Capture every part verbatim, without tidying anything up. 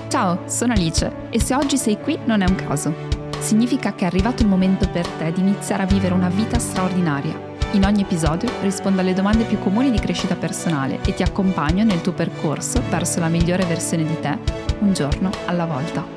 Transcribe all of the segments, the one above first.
Ciao, sono Alice e se oggi sei qui non è un caso. Significa che è arrivato il momento per te di iniziare a vivere una vita straordinaria. In ogni episodio rispondo alle domande più comuni di crescita personale e ti accompagno nel tuo percorso verso la migliore versione di te, un giorno alla volta.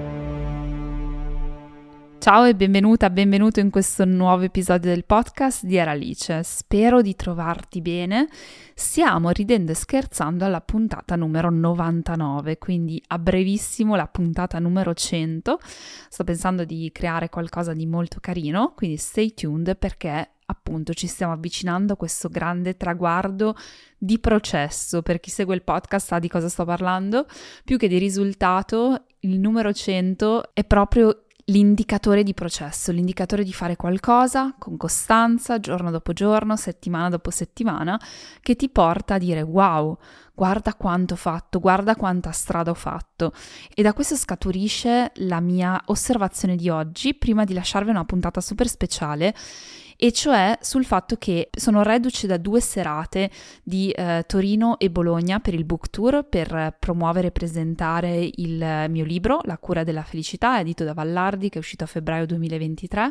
Ciao e benvenuta, benvenuto in questo nuovo episodio del podcast di Era Alice. Spero di trovarti bene. Siamo, ridendo e scherzando, alla puntata numero novantanove, quindi a brevissimo la puntata numero cento. Sto pensando di creare qualcosa di molto carino, quindi stay tuned perché appunto ci stiamo avvicinando a questo grande traguardo di processo. Per chi segue il podcast sa di cosa sto parlando. Più che di risultato, il numero cento è proprio l'indicatore di processo, l'indicatore di fare qualcosa con costanza, giorno dopo giorno, settimana dopo settimana, che ti porta a dire wow, guarda quanto ho fatto, guarda quanta strada ho fatto. E da questo scaturisce la mia osservazione di oggi, prima di lasciarvi una puntata super speciale, e cioè sul fatto che sono reduce da due serate di eh, Torino e Bologna per il book tour, per promuovere e presentare il mio libro La cura della felicità, edito da Vallardi, che è uscito a febbraio duemilaventitré.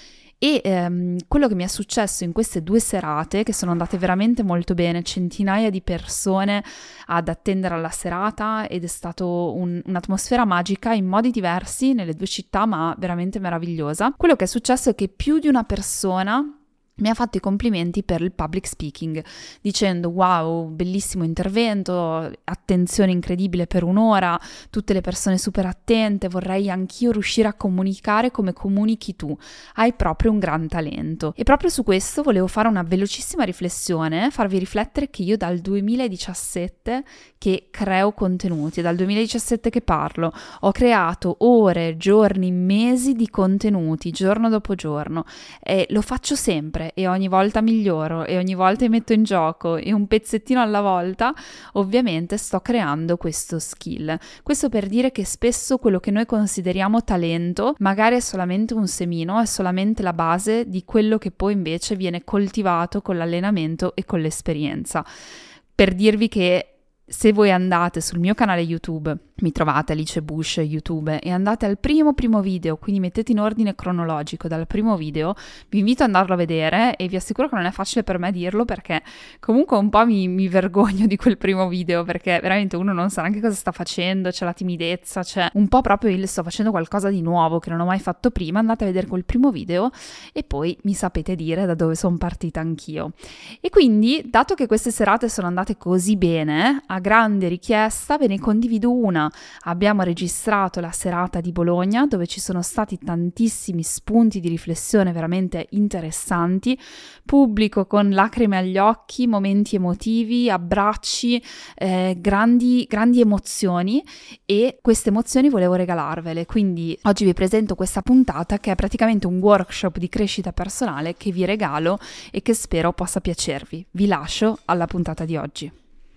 E ehm, quello che mi è successo in queste due serate, che sono andate veramente molto bene, centinaia di persone ad attendere alla serata, ed è stato un, un'atmosfera magica in modi diversi nelle due città, ma veramente meravigliosa. Quello che è successo è che più di una persona mi ha fatto i complimenti per il public speaking, dicendo wow, bellissimo intervento, attenzione incredibile per un'ora, tutte le persone super attente, vorrei anch'io riuscire a comunicare come comunichi tu, hai proprio un gran talento. E proprio su questo volevo fare una velocissima riflessione, farvi riflettere che io dal duemiladiciassette che creo contenuti, dal duemiladiciassette che parlo, ho creato ore, giorni, mesi di contenuti, giorno dopo giorno, e lo faccio sempre e ogni volta miglioro e ogni volta mi metto in gioco e un pezzettino alla volta ovviamente sto creando questo skill. Questo per dire che spesso quello che noi consideriamo talento magari è solamente un semino, è solamente la base di quello che poi invece viene coltivato con l'allenamento e con l'esperienza. Per dirvi che se voi andate sul mio canale YouTube, mi trovate Alice Bush YouTube, e andate al primo primo video, quindi mettete in ordine cronologico dal primo video, vi invito ad andarlo a vedere e vi assicuro che non è facile per me dirlo perché comunque un po' mi, mi vergogno di quel primo video, perché veramente uno non sa neanche cosa sta facendo, c'è la timidezza, c'è un po' proprio il sto facendo qualcosa di nuovo che non ho mai fatto prima. Andate a vedere quel primo video e poi mi sapete dire da dove sono partita anch'io. E quindi, dato che queste serate sono andate così bene, a grande richiesta ve ne condivido una. Abbiamo registrato la serata di Bologna, dove ci sono stati tantissimi spunti di riflessione veramente interessanti, pubblico con lacrime agli occhi, momenti emotivi, abbracci, eh, grandi, grandi emozioni, e queste emozioni volevo regalarvele. Quindi oggi vi presento questa puntata che è praticamente un workshop di crescita personale che vi regalo e che spero possa piacervi. Vi lascio alla puntata di oggi.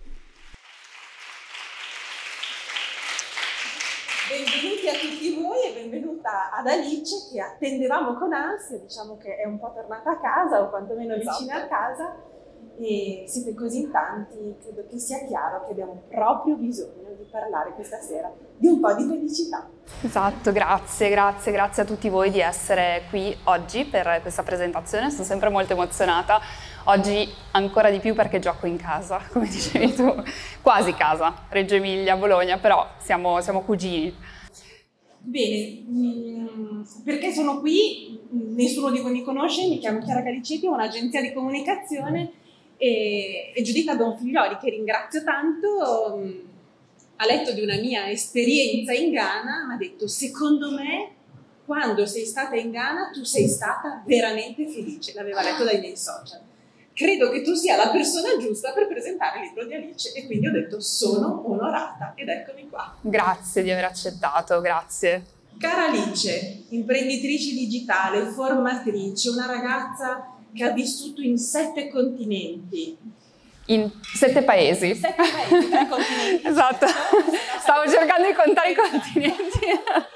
Benvenuti a tutti voi e benvenuta ad Alice, che attendevamo con ansia, diciamo che è un po' tornata a casa o quantomeno Esatto. vicina a casa, e siete così in tanti, credo che sia chiaro che abbiamo proprio bisogno di parlare questa sera di un po' di felicità. Esatto, grazie, grazie, grazie a tutti voi di essere qui oggi per questa presentazione, sono sempre molto emozionata. Oggi ancora di più perché gioco in casa, come dicevi tu, quasi casa, Reggio Emilia, Bologna, però siamo, siamo cugini. Bene, mh, perché sono qui, nessuno di voi mi conosce, mi chiamo Chiara Calicetti, ho un'agenzia di comunicazione e, e Giuditta Bonfiglioli, che ringrazio tanto, mh, ha letto di una mia esperienza in Ghana, mi ha detto: secondo me quando sei stata in Ghana tu sei stata veramente felice, l'aveva letto dai miei social. Credo che tu sia la persona giusta per presentare il libro di Alice, e quindi ho detto sono onorata ed eccomi qua. Grazie di aver accettato, grazie. Cara Alice, imprenditrice digitale, formatrice, una ragazza che ha vissuto in sette continenti. In sette paesi. Sette paesi, tre continenti. Esatto, stavo cercando di contare i continenti.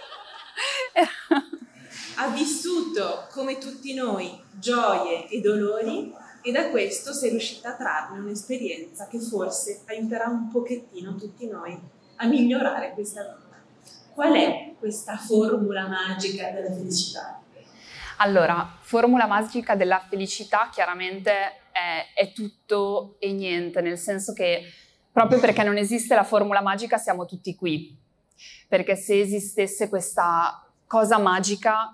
Ha vissuto, come tutti noi, gioie e dolori, e da questo sei riuscita a trarne un'esperienza che forse aiuterà un pochettino tutti noi a migliorare questa vita. qual è questa formula magica della felicità? Allora, formula magica della felicità chiaramente è, è tutto e niente, nel senso che proprio perché non esiste la formula magica siamo tutti qui, perché se esistesse questa cosa magica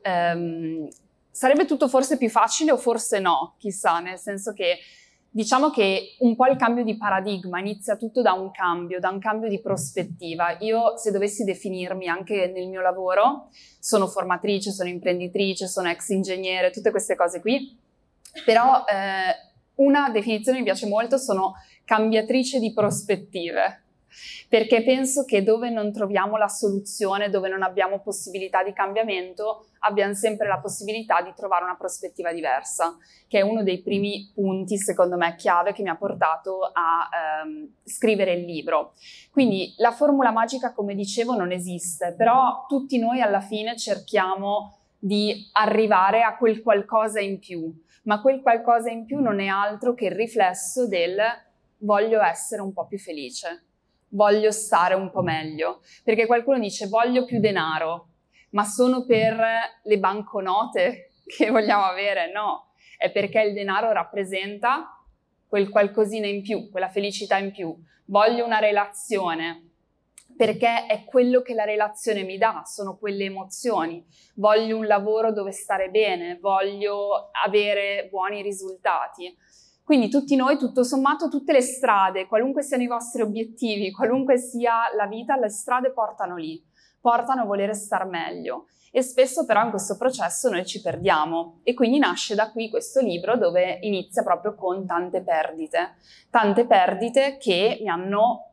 ehm, sarebbe tutto forse più facile o forse no, chissà, nel senso che diciamo che un po' il cambio di paradigma inizia tutto da un cambio, da un cambio di prospettiva. Io, se dovessi definirmi anche nel mio lavoro, sono formatrice, sono imprenditrice, sono ex ingegnere, tutte queste cose qui, però eh, una definizione mi piace molto, sono cambiatrice di prospettive, perché penso che dove non troviamo la soluzione, dove non abbiamo possibilità di cambiamento, abbiamo sempre la possibilità di trovare una prospettiva diversa, che è uno dei primi punti, secondo me, chiave che mi ha portato a ehm, scrivere il libro. Quindi la formula magica, come dicevo, non esiste, però tutti noi alla fine cerchiamo di arrivare a quel qualcosa in più, ma quel qualcosa in più non è altro che il riflesso del voglio essere un po' più felice, voglio stare un po' meglio, perché qualcuno dice voglio più denaro, ma sono per le banconote che vogliamo avere? No, è perché il denaro rappresenta quel qualcosina in più, quella felicità in più. Voglio una relazione, perché è quello che la relazione mi dà, sono quelle emozioni. Voglio un lavoro dove stare bene, voglio avere buoni risultati. Quindi tutti noi, tutto sommato, tutte le strade, qualunque siano i vostri obiettivi, qualunque sia la vita, le strade portano lì, portano a volere star meglio. E spesso però in questo processo noi ci perdiamo. E quindi nasce da qui questo libro dove inizia proprio con tante perdite. Tante perdite che mi hanno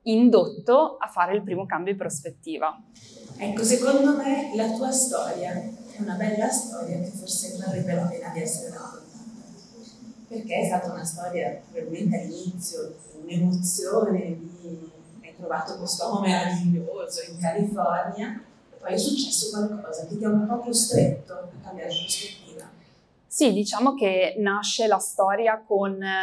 indotto a fare il primo cambio di prospettiva. Ecco, secondo me la tua storia è una bella storia che forse varrebbe la pena di essere raccontata. Perché è stata una storia probabilmente all'inizio, un'emozione di hai trovato quest'uomo meraviglioso in California, e poi è successo qualcosa che ti ha un po' costretto a cambiare prospettiva. Sì, diciamo che nasce la storia con eh,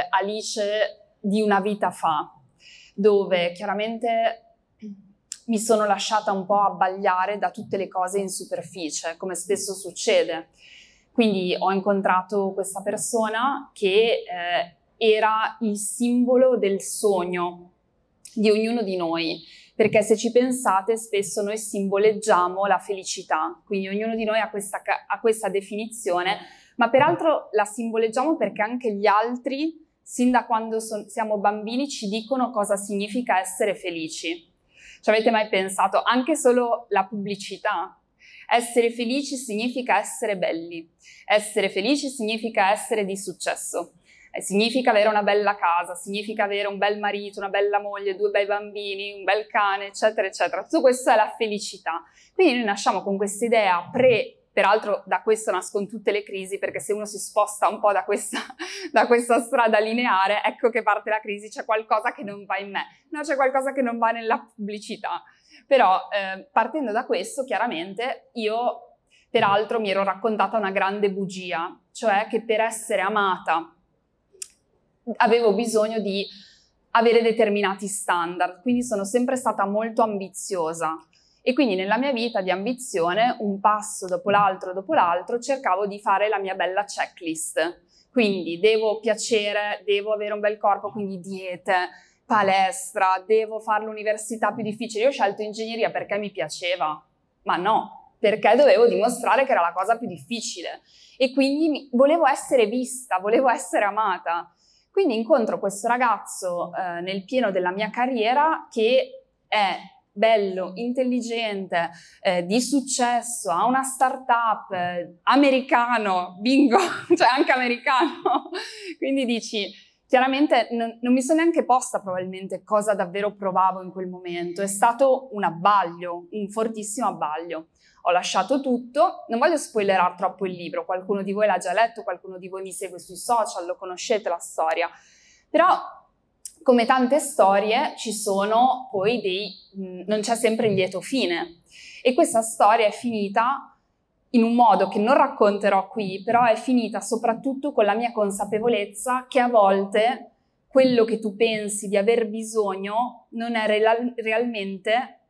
Alice di una vita fa, dove chiaramente mi sono lasciata un po' abbagliare da tutte le cose in superficie, come spesso succede. Quindi ho incontrato questa persona che eh, era il simbolo del sogno di ognuno di noi, perché se ci pensate spesso noi simboleggiamo la felicità, quindi ognuno di noi ha questa, ha questa definizione, ma peraltro la simboleggiamo perché anche gli altri, sin da quando son, siamo bambini, ci dicono cosa significa essere felici. Ci avete mai pensato? Anche solo la pubblicità. Essere felici significa essere belli, essere felici significa essere di successo, eh, significa avere una bella casa, significa avere un bel marito, una bella moglie, due bei bambini, un bel cane, eccetera, eccetera. Tutto questo è la felicità. Quindi noi nasciamo con questa idea pre... Peraltro da questo nascono tutte le crisi, perché se uno si sposta un po' da questa, da questa strada lineare, ecco che parte la crisi, c'è qualcosa che non va in me, no, c'è qualcosa che non va nella pubblicità. Però eh, partendo da questo, chiaramente, io peraltro mi ero raccontata una grande bugia, cioè che per essere amata avevo bisogno di avere determinati standard, quindi sono sempre stata molto ambiziosa. E quindi nella mia vita di ambizione, un passo dopo l'altro dopo l'altro, cercavo di fare la mia bella checklist. Quindi devo piacere, devo avere un bel corpo, quindi diete, palestra, devo fare l'università più difficile. Io ho scelto ingegneria perché mi piaceva, ma no, perché dovevo dimostrare che era la cosa più difficile. E quindi volevo essere vista, volevo essere amata. Quindi incontro questo ragazzo eh, nel pieno della mia carriera che è bello, intelligente, eh, di successo, ha una startup, eh, americano, bingo, cioè anche americano. Quindi dici, chiaramente non, non mi sono neanche posta probabilmente cosa davvero provavo in quel momento. È stato un abbaglio, un fortissimo abbaglio. Ho lasciato tutto, non voglio spoilerare troppo il libro, qualcuno di voi l'ha già letto, qualcuno di voi mi segue sui social, lo conoscete la storia, però come tante storie ci sono poi dei, mh, non c'è sempre il lieto fine, e questa storia è finita in un modo che non racconterò qui, però è finita soprattutto con la mia consapevolezza che a volte quello che tu pensi di aver bisogno non è real- realmente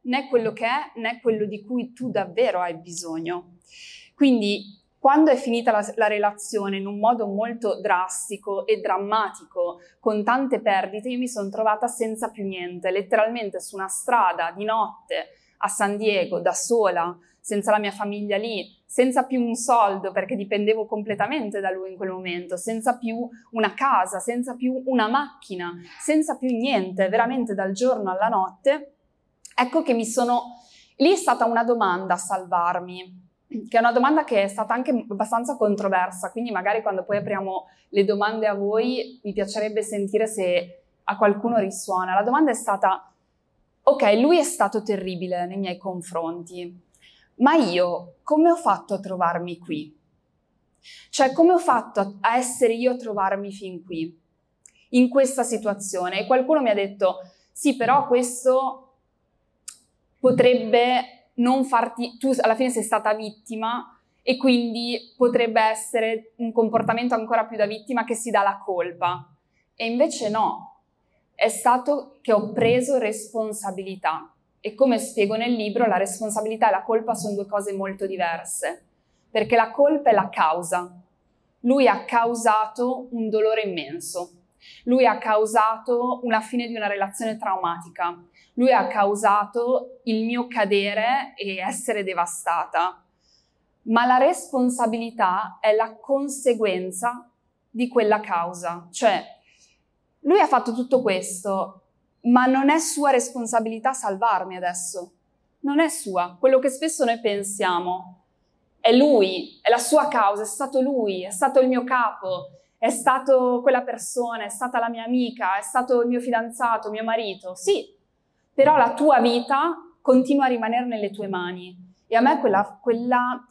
né quello che è, né quello di cui tu davvero hai bisogno. Quindi, quando è finita la, la relazione in un modo molto drastico e drammatico, con tante perdite, io mi sono trovata senza più niente, letteralmente su una strada di notte a San Diego, da sola, senza la mia famiglia lì, senza più un soldo perché dipendevo completamente da lui in quel momento, senza più una casa, senza più una macchina, senza più niente, veramente dal giorno alla notte. Ecco che mi sono... Lì è stata una domanda a salvarmi, che è una domanda che è stata anche abbastanza controversa, quindi magari quando poi apriamo le domande a voi mi piacerebbe sentire se a qualcuno risuona. La domanda è stata: ok, lui è stato terribile nei miei confronti, ma io come ho fatto a trovarmi qui? Cioè, come ho fatto a essere io a trovarmi fin qui, in questa situazione? E qualcuno mi ha detto: sì, però questo potrebbe non farti, tu alla fine sei stata vittima e quindi potrebbe essere un comportamento ancora più da vittima che si dà la colpa. E invece no, è stato che ho preso responsabilità. E come spiego nel libro, la responsabilità e la colpa sono due cose molto diverse, perché la colpa è la causa. Lui ha causato un dolore immenso. Lui ha causato una fine di una relazione traumatica. Lui ha causato il mio cadere e essere devastata. Ma la responsabilità è la conseguenza di quella causa. Cioè, lui ha fatto tutto questo, ma non è sua responsabilità salvarmi adesso. Non è sua. Quello che spesso noi pensiamo è lui, è la sua causa, è stato lui, è stato il mio capo, è stato quella persona, è stata la mia amica, è stato il mio fidanzato, mio marito. Sì, però la tua vita continua a rimanere nelle tue mani. E a me quella, quella,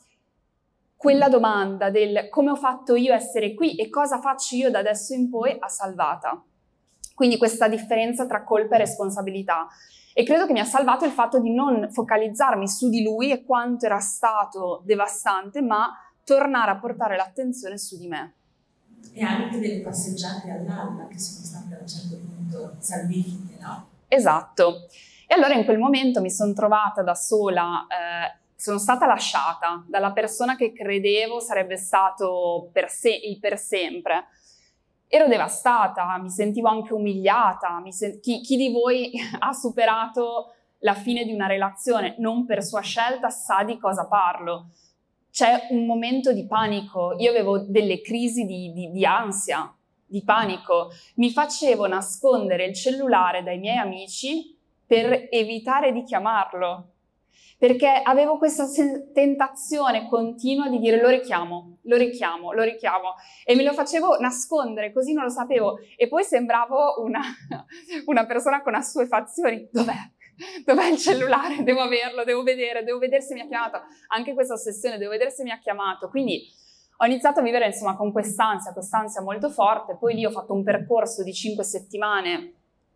quella domanda del come ho fatto io a essere qui e cosa faccio io da adesso in poi ha salvata. Quindi questa differenza tra colpa e responsabilità. E credo che mi ha salvato il fatto di non focalizzarmi su di lui e quanto era stato devastante, ma tornare a portare l'attenzione su di me. E anche delle passeggiate all'alba che sono state a un certo punto salvifiche, no? Esatto. E allora in quel momento mi sono trovata da sola, eh, sono stata lasciata dalla persona che credevo sarebbe stato per sé, il per sempre. Ero devastata, mi sentivo anche umiliata. Mi sen- chi, chi di voi ha superato la fine di una relazione non per sua scelta sa di cosa parlo. C'è un momento di panico, io avevo delle crisi di, di, di ansia, di panico. Mi facevo nascondere il cellulare dai miei amici per evitare di chiamarlo, perché avevo questa sen- tentazione continua di dire lo richiamo, lo richiamo, lo richiamo, e me lo facevo nascondere, così non lo sapevo, e poi sembravo una, una persona con assuefazioni. Dov'è? Dov'è il cellulare? Devo averlo, devo vedere, devo vedere se mi ha chiamato. Anche questa ossessione, devo vedere se mi ha chiamato. Quindi ho iniziato a vivere insomma con quest'ansia, quest'ansia molto forte. Poi lì ho fatto un percorso di cinque settimane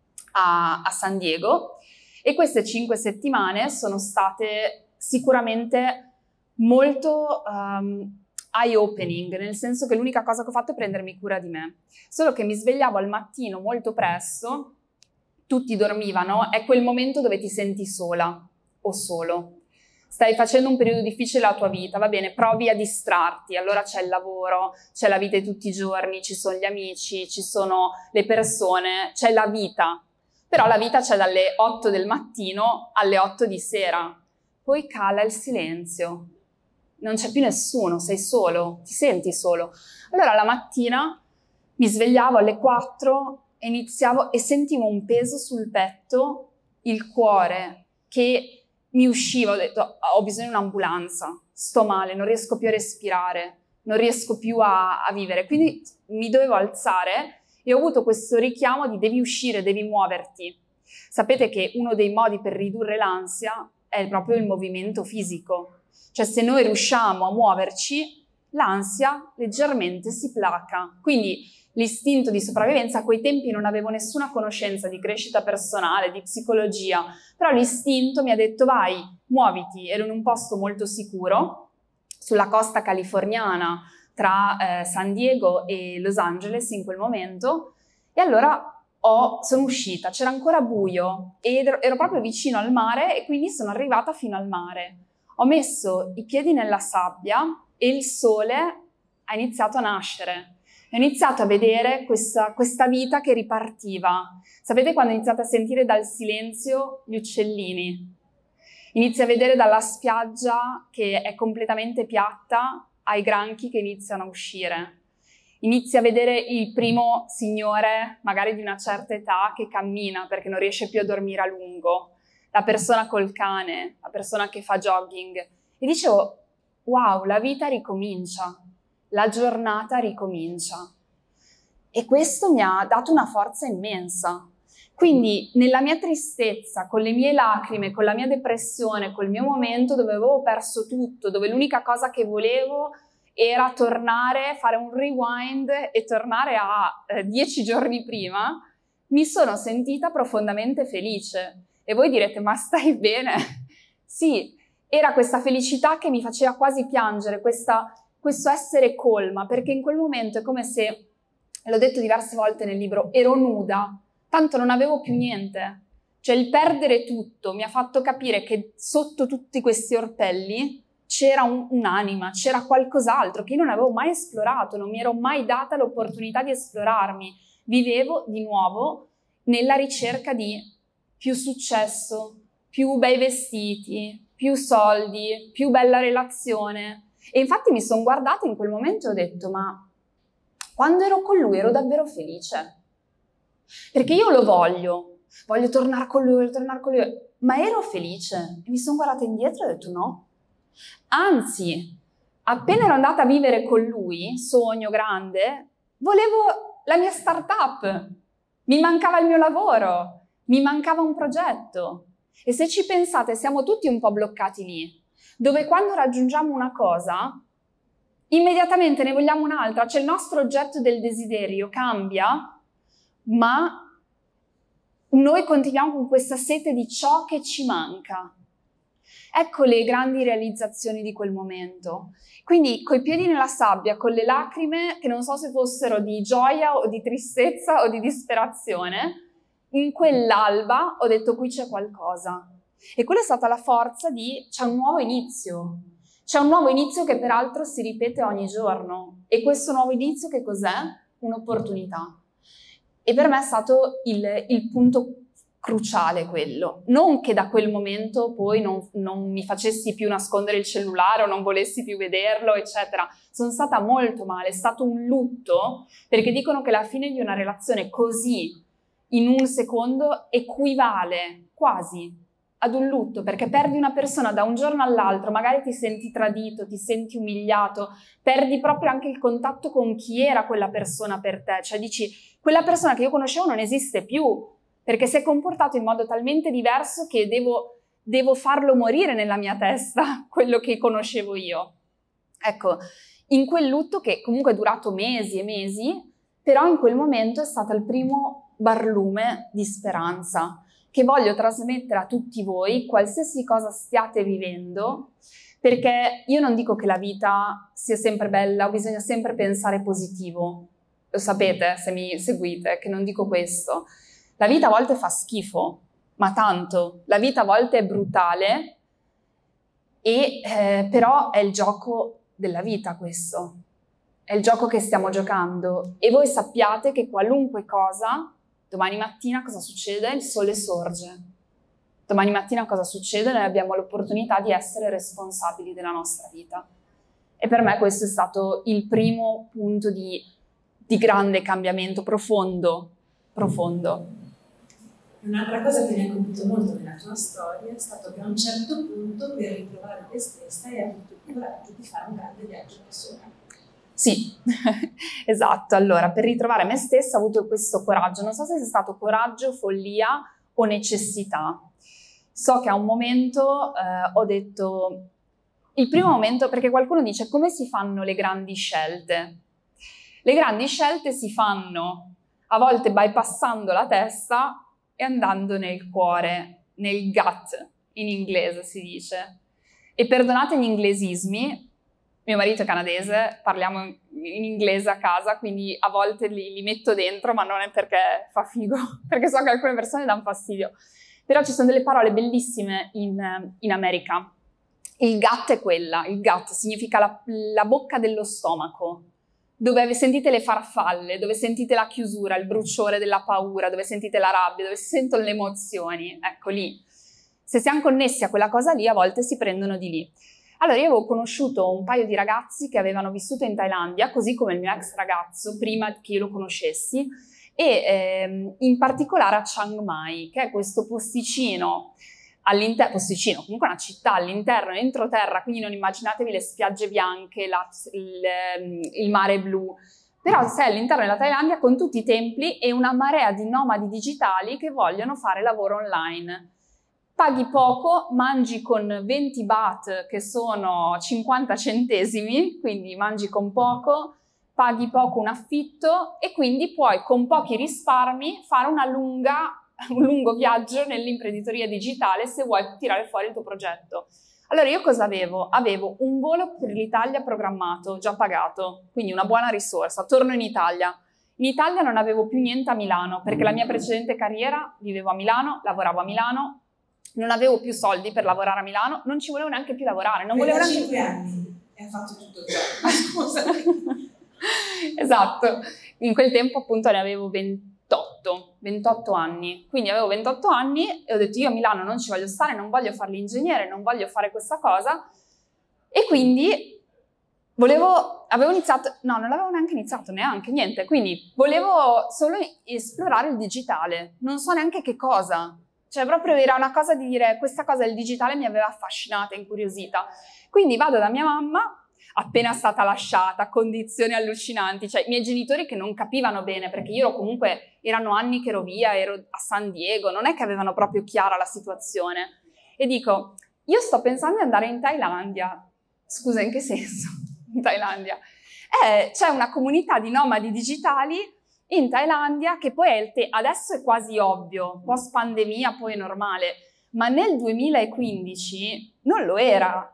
a, a San Diego, e queste cinque settimane sono state sicuramente molto um, eye-opening, nel senso che l'unica cosa che ho fatto è prendermi cura di me. Solo che mi svegliavo al mattino molto presto, tutti dormivano, è quel momento dove ti senti sola o solo. Stai facendo un periodo difficile della tua vita, va bene, provi a distrarti, allora c'è il lavoro, c'è la vita di tutti i giorni, ci sono gli amici, ci sono le persone, c'è la vita. Però la vita c'è dalle otto del mattino alle otto di sera. Poi cala il silenzio. Non c'è più nessuno, sei solo, ti senti solo. Allora la mattina mi svegliavo alle quattro e iniziavo e sentivo un peso sul petto, il cuore che mi usciva. Ho detto: ho bisogno di un'ambulanza, sto male, non riesco più a respirare, non riesco più a, a vivere. Quindi mi dovevo alzare e ho avuto questo richiamo di devi uscire, devi muoverti. Sapete che uno dei modi per ridurre l'ansia è proprio il movimento fisico. Cioè, se noi riusciamo a muoverci, l'ansia leggermente si placa. Quindi l'istinto di sopravvivenza, a quei tempi non avevo nessuna conoscenza di crescita personale, di psicologia, però l'istinto mi ha detto vai, muoviti. Ero in un posto molto sicuro, sulla costa californiana, tra eh, San Diego e Los Angeles in quel momento, e allora ho, sono uscita, c'era ancora buio ed ero, ero proprio vicino al mare e quindi sono arrivata fino al mare. Ho messo i piedi nella sabbia e il sole ha iniziato a nascere. Ho iniziato a vedere questa, questa vita che ripartiva. Sapete quando iniziate a sentire dal silenzio gli uccellini? Inizi a vedere dalla spiaggia che è completamente piatta ai granchi che iniziano a uscire. Inizi a vedere il primo signore, magari di una certa età, che cammina perché non riesce più a dormire a lungo, la persona col cane, la persona che fa jogging. E dicevo, wow, la vita ricomincia, la giornata ricomincia. E questo mi ha dato una forza immensa. Quindi nella mia tristezza, con le mie lacrime, con la mia depressione, col mio momento dove avevo perso tutto, dove l'unica cosa che volevo era tornare, fare un rewind e tornare a eh, dieci giorni prima, mi sono sentita profondamente felice. E voi direte, ma stai bene? Sì, era questa felicità che mi faceva quasi piangere, questa, questo essere colma, perché in quel momento è come se, l'ho detto diverse volte nel libro, ero nuda, tanto non avevo più niente. Cioè il perdere tutto mi ha fatto capire che sotto tutti questi orpelli c'era un, un'anima, c'era qualcos'altro che io non avevo mai esplorato, non mi ero mai data l'opportunità di esplorarmi. Vivevo di nuovo nella ricerca di più successo, più bei vestiti, più soldi, più bella relazione. E infatti mi sono guardata in quel momento e ho detto, ma quando ero con lui ero davvero felice. Perché io lo voglio, voglio tornare con lui, voglio tornare con lui, ma ero felice. E mi sono guardata indietro e ho detto no. Anzi, appena ero andata a vivere con lui, sogno grande, volevo la mia startup, mi mancava il mio lavoro, mi mancava un progetto. E se ci pensate, siamo tutti un po' bloccati lì, dove quando raggiungiamo una cosa, immediatamente ne vogliamo un'altra, cioè il nostro oggetto del desiderio cambia, ma noi continuiamo con questa sete di ciò che ci manca. Ecco le grandi realizzazioni di quel momento. Quindi coi piedi nella sabbia, con le lacrime che non so se fossero di gioia o di tristezza o di disperazione, in quell'alba ho detto qui c'è qualcosa. E quella è stata la forza di c'è un nuovo inizio. C'è un nuovo inizio che peraltro si ripete ogni giorno. E questo nuovo inizio che cos'è? Un'opportunità. E per me è stato il, il punto cruciale quello. Non che da quel momento poi non, non mi facessi più nascondere il cellulare o non volessi più vederlo, eccetera. Sono stata molto male, è stato un lutto, perché dicono che la fine di una relazione così, in un secondo, equivale quasi ad un lutto, perché perdi una persona da un giorno all'altro, magari ti senti tradito, ti senti umiliato, perdi proprio anche il contatto con chi era quella persona per te, cioè dici, quella persona che io conoscevo non esiste più, perché si è comportato in modo talmente diverso che devo, devo farlo morire nella mia testa, quello che conoscevo io. Ecco, in quel lutto che comunque è durato mesi e mesi, però in quel momento è stato il primo barlume di speranza, che voglio trasmettere a tutti voi, qualsiasi cosa stiate vivendo, perché io non dico che la vita sia sempre bella o bisogna sempre pensare positivo. Lo sapete, se mi seguite, che non dico questo. La vita a volte fa schifo, ma tanto. La vita a volte è brutale, e eh, però è il gioco della vita questo. È il gioco che stiamo giocando. E voi sappiate che qualunque cosa, domani mattina cosa succede? Il sole sorge. Domani mattina cosa succede? Noi abbiamo l'opportunità di essere responsabili della nostra vita. E per me questo è stato il primo punto di, di grande cambiamento, profondo, profondo. Un'altra cosa che mi ha colpito molto nella tua storia è stato che a un certo punto, per ritrovare te stessa, hai avuto il coraggio di fare un grande viaggio personale. Sì, esatto. Allora, per ritrovare me stessa ho avuto questo coraggio. Non so se sia stato coraggio, follia o necessità. So che a un momento eh, ho detto, il primo momento, perché qualcuno dice come si fanno le grandi scelte? Le grandi scelte si fanno a volte bypassando la testa e andando nel cuore, nel gut, in inglese si dice. E perdonate gli inglesismi, Mio marito è canadese, parliamo in inglese a casa, quindi a volte li, li metto dentro, ma non è perché fa figo, perché so che alcune persone danno fastidio. Però ci sono delle parole bellissime in, in America. Il gut è quella, il gut significa la, la bocca dello stomaco, dove sentite le farfalle, dove sentite la chiusura, il bruciore della paura, dove sentite la rabbia, dove si sentono le emozioni, ecco lì. Se siamo connessi a quella cosa lì, a volte si prendono di lì. Allora io avevo conosciuto un paio di ragazzi che avevano vissuto in Thailandia, così come il mio ex ragazzo, prima che io lo conoscessi, e ehm, in particolare a Chiang Mai, che è questo posticino, all'interno, posticino, comunque una città all'interno, entroterra, quindi non immaginatevi le spiagge bianche, la, il, il mare blu, però sei all'interno della Thailandia con tutti i templi e una marea di nomadi digitali che vogliono fare lavoro online. Paghi poco, mangi con venti baht che sono cinquanta centesimi, quindi mangi con poco, paghi poco un affitto e quindi puoi con pochi risparmi fare una lunga, un lungo viaggio nell'imprenditoria digitale se vuoi tirare fuori il tuo progetto. Allora io cosa avevo? Avevo un volo per l'Italia programmato, già pagato, quindi una buona risorsa, torno in Italia. In Italia non avevo più niente a Milano perché la mia precedente carriera vivevo a Milano, lavoravo a Milano, non avevo più soldi per lavorare a Milano, non ci volevo neanche più lavorare. Non volevo neanche cinque anni e ha fatto tutto ciò. Scusami. Esatto, in quel tempo appunto ne avevo ventotto, ventotto anni, quindi avevo ventotto anni e ho detto io a Milano non ci voglio stare, non voglio fare l'ingegnere, non voglio fare questa cosa e quindi volevo, avevo iniziato, no non l'avevo neanche iniziato, neanche, niente, quindi volevo solo esplorare il digitale, non so neanche che cosa. Cioè proprio era una cosa di dire questa cosa del digitale mi aveva affascinata, incuriosita. Quindi vado da mia mamma, appena stata lasciata, condizioni allucinanti, cioè i miei genitori che non capivano bene perché io ero comunque, erano anni che ero via, ero a San Diego, non è che avevano proprio chiara la situazione. E dico, io sto pensando di andare in Thailandia. Scusa, in che senso? In Thailandia? Eh, c'è una comunità di nomadi digitali in Thailandia, che poi è il te- adesso è quasi ovvio, post pandemia poi è normale, ma nel duemilaquindici non lo era.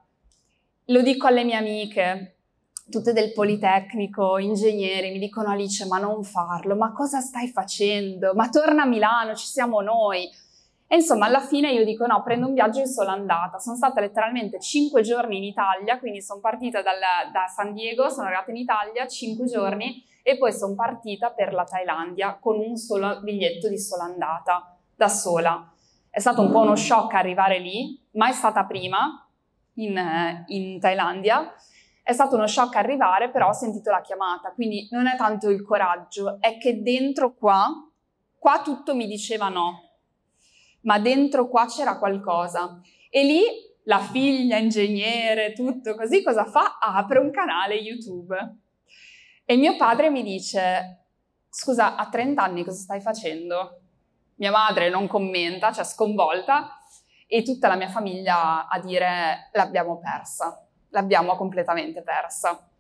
Lo dico alle mie amiche, tutte del Politecnico, ingegneri, mi dicono Alice, ma non farlo, ma cosa stai facendo? Ma torna a Milano, ci siamo noi. E insomma, alla fine io dico no, prendo un viaggio in sola andata. Sono stata letteralmente cinque giorni in Italia, quindi sono partita dal, da San Diego, sono arrivata in Italia, cinque giorni, e poi sono partita per la Thailandia con un solo biglietto di sola andata, da sola. È stato un po' uno shock arrivare lì, mai stata prima in, in Thailandia. È stato uno shock arrivare, però ho sentito la chiamata, quindi non è tanto il coraggio, è che dentro qua, qua tutto mi diceva no, ma dentro qua c'era qualcosa. E lì la figlia, ingegnere, tutto così, cosa fa? Apre un canale YouTube. E mio padre mi dice, scusa, a trenta anni cosa stai facendo? Mia madre non commenta, cioè sconvolta, e tutta la mia famiglia a dire l'abbiamo persa, l'abbiamo completamente persa.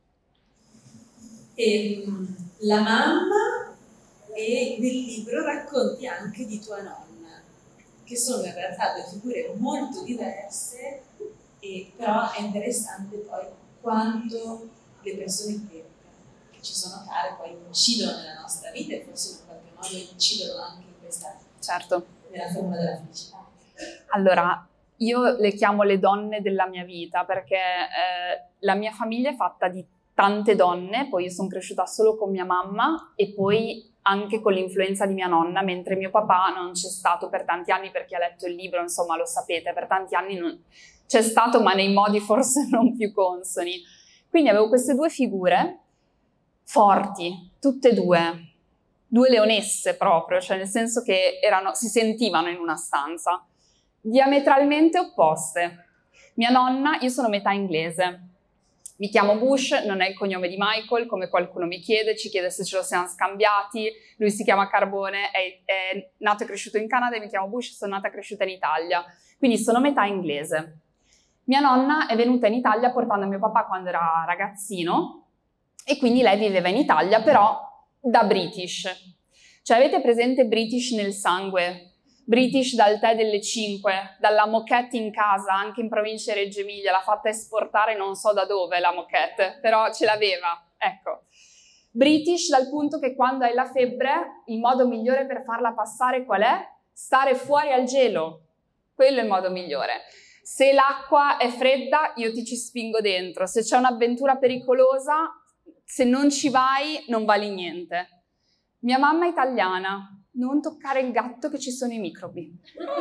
E la mamma, e nel libro racconti anche di tua nonna, che sono in realtà due figure molto diverse, e però è interessante poi quanto le persone che ci sono care poi incidono nella nostra vita e forse in qualche modo incidono anche in questa, certo, nella forma della felicità. Allora, io le chiamo le donne della mia vita perché eh, la mia famiglia è fatta di tante donne, poi io sono cresciuta solo con mia mamma e poi anche con l'influenza di mia nonna, mentre mio papà non c'è stato per tanti anni, perché ha letto il libro, insomma lo sapete, per tanti anni non c'è stato, ma nei modi forse non più consoni. Quindi avevo queste due figure forti, tutte e due, due leonesse proprio, cioè nel senso che erano, si sentivano in una stanza, diametralmente opposte. Mia nonna, io sono metà inglese, mi chiamo Bush, non è il cognome di Michael, come qualcuno mi chiede, ci chiede se ce lo siamo scambiati, lui si chiama Carbone, è, è nato e cresciuto in Canada, e mi chiamo Bush, sono nata e cresciuta in Italia, quindi sono metà inglese. Mia nonna è venuta in Italia portando mio papà quando era ragazzino, e quindi lei viveva in Italia, però da British. Cioè avete presente British nel sangue? British dal tè delle cinque, dalla moquette in casa, anche in provincia di Reggio Emilia, l'ha fatta esportare non so da dove la moquette, però ce l'aveva, ecco. British dal punto che quando hai la febbre, il modo migliore per farla passare qual è? Stare fuori al gelo, quello è il modo migliore. Se l'acqua è fredda, io ti ci spingo dentro, se c'è un'avventura pericolosa, se non ci vai, non vali niente. Mia mamma è italiana. Non toccare il gatto che ci sono i microbi.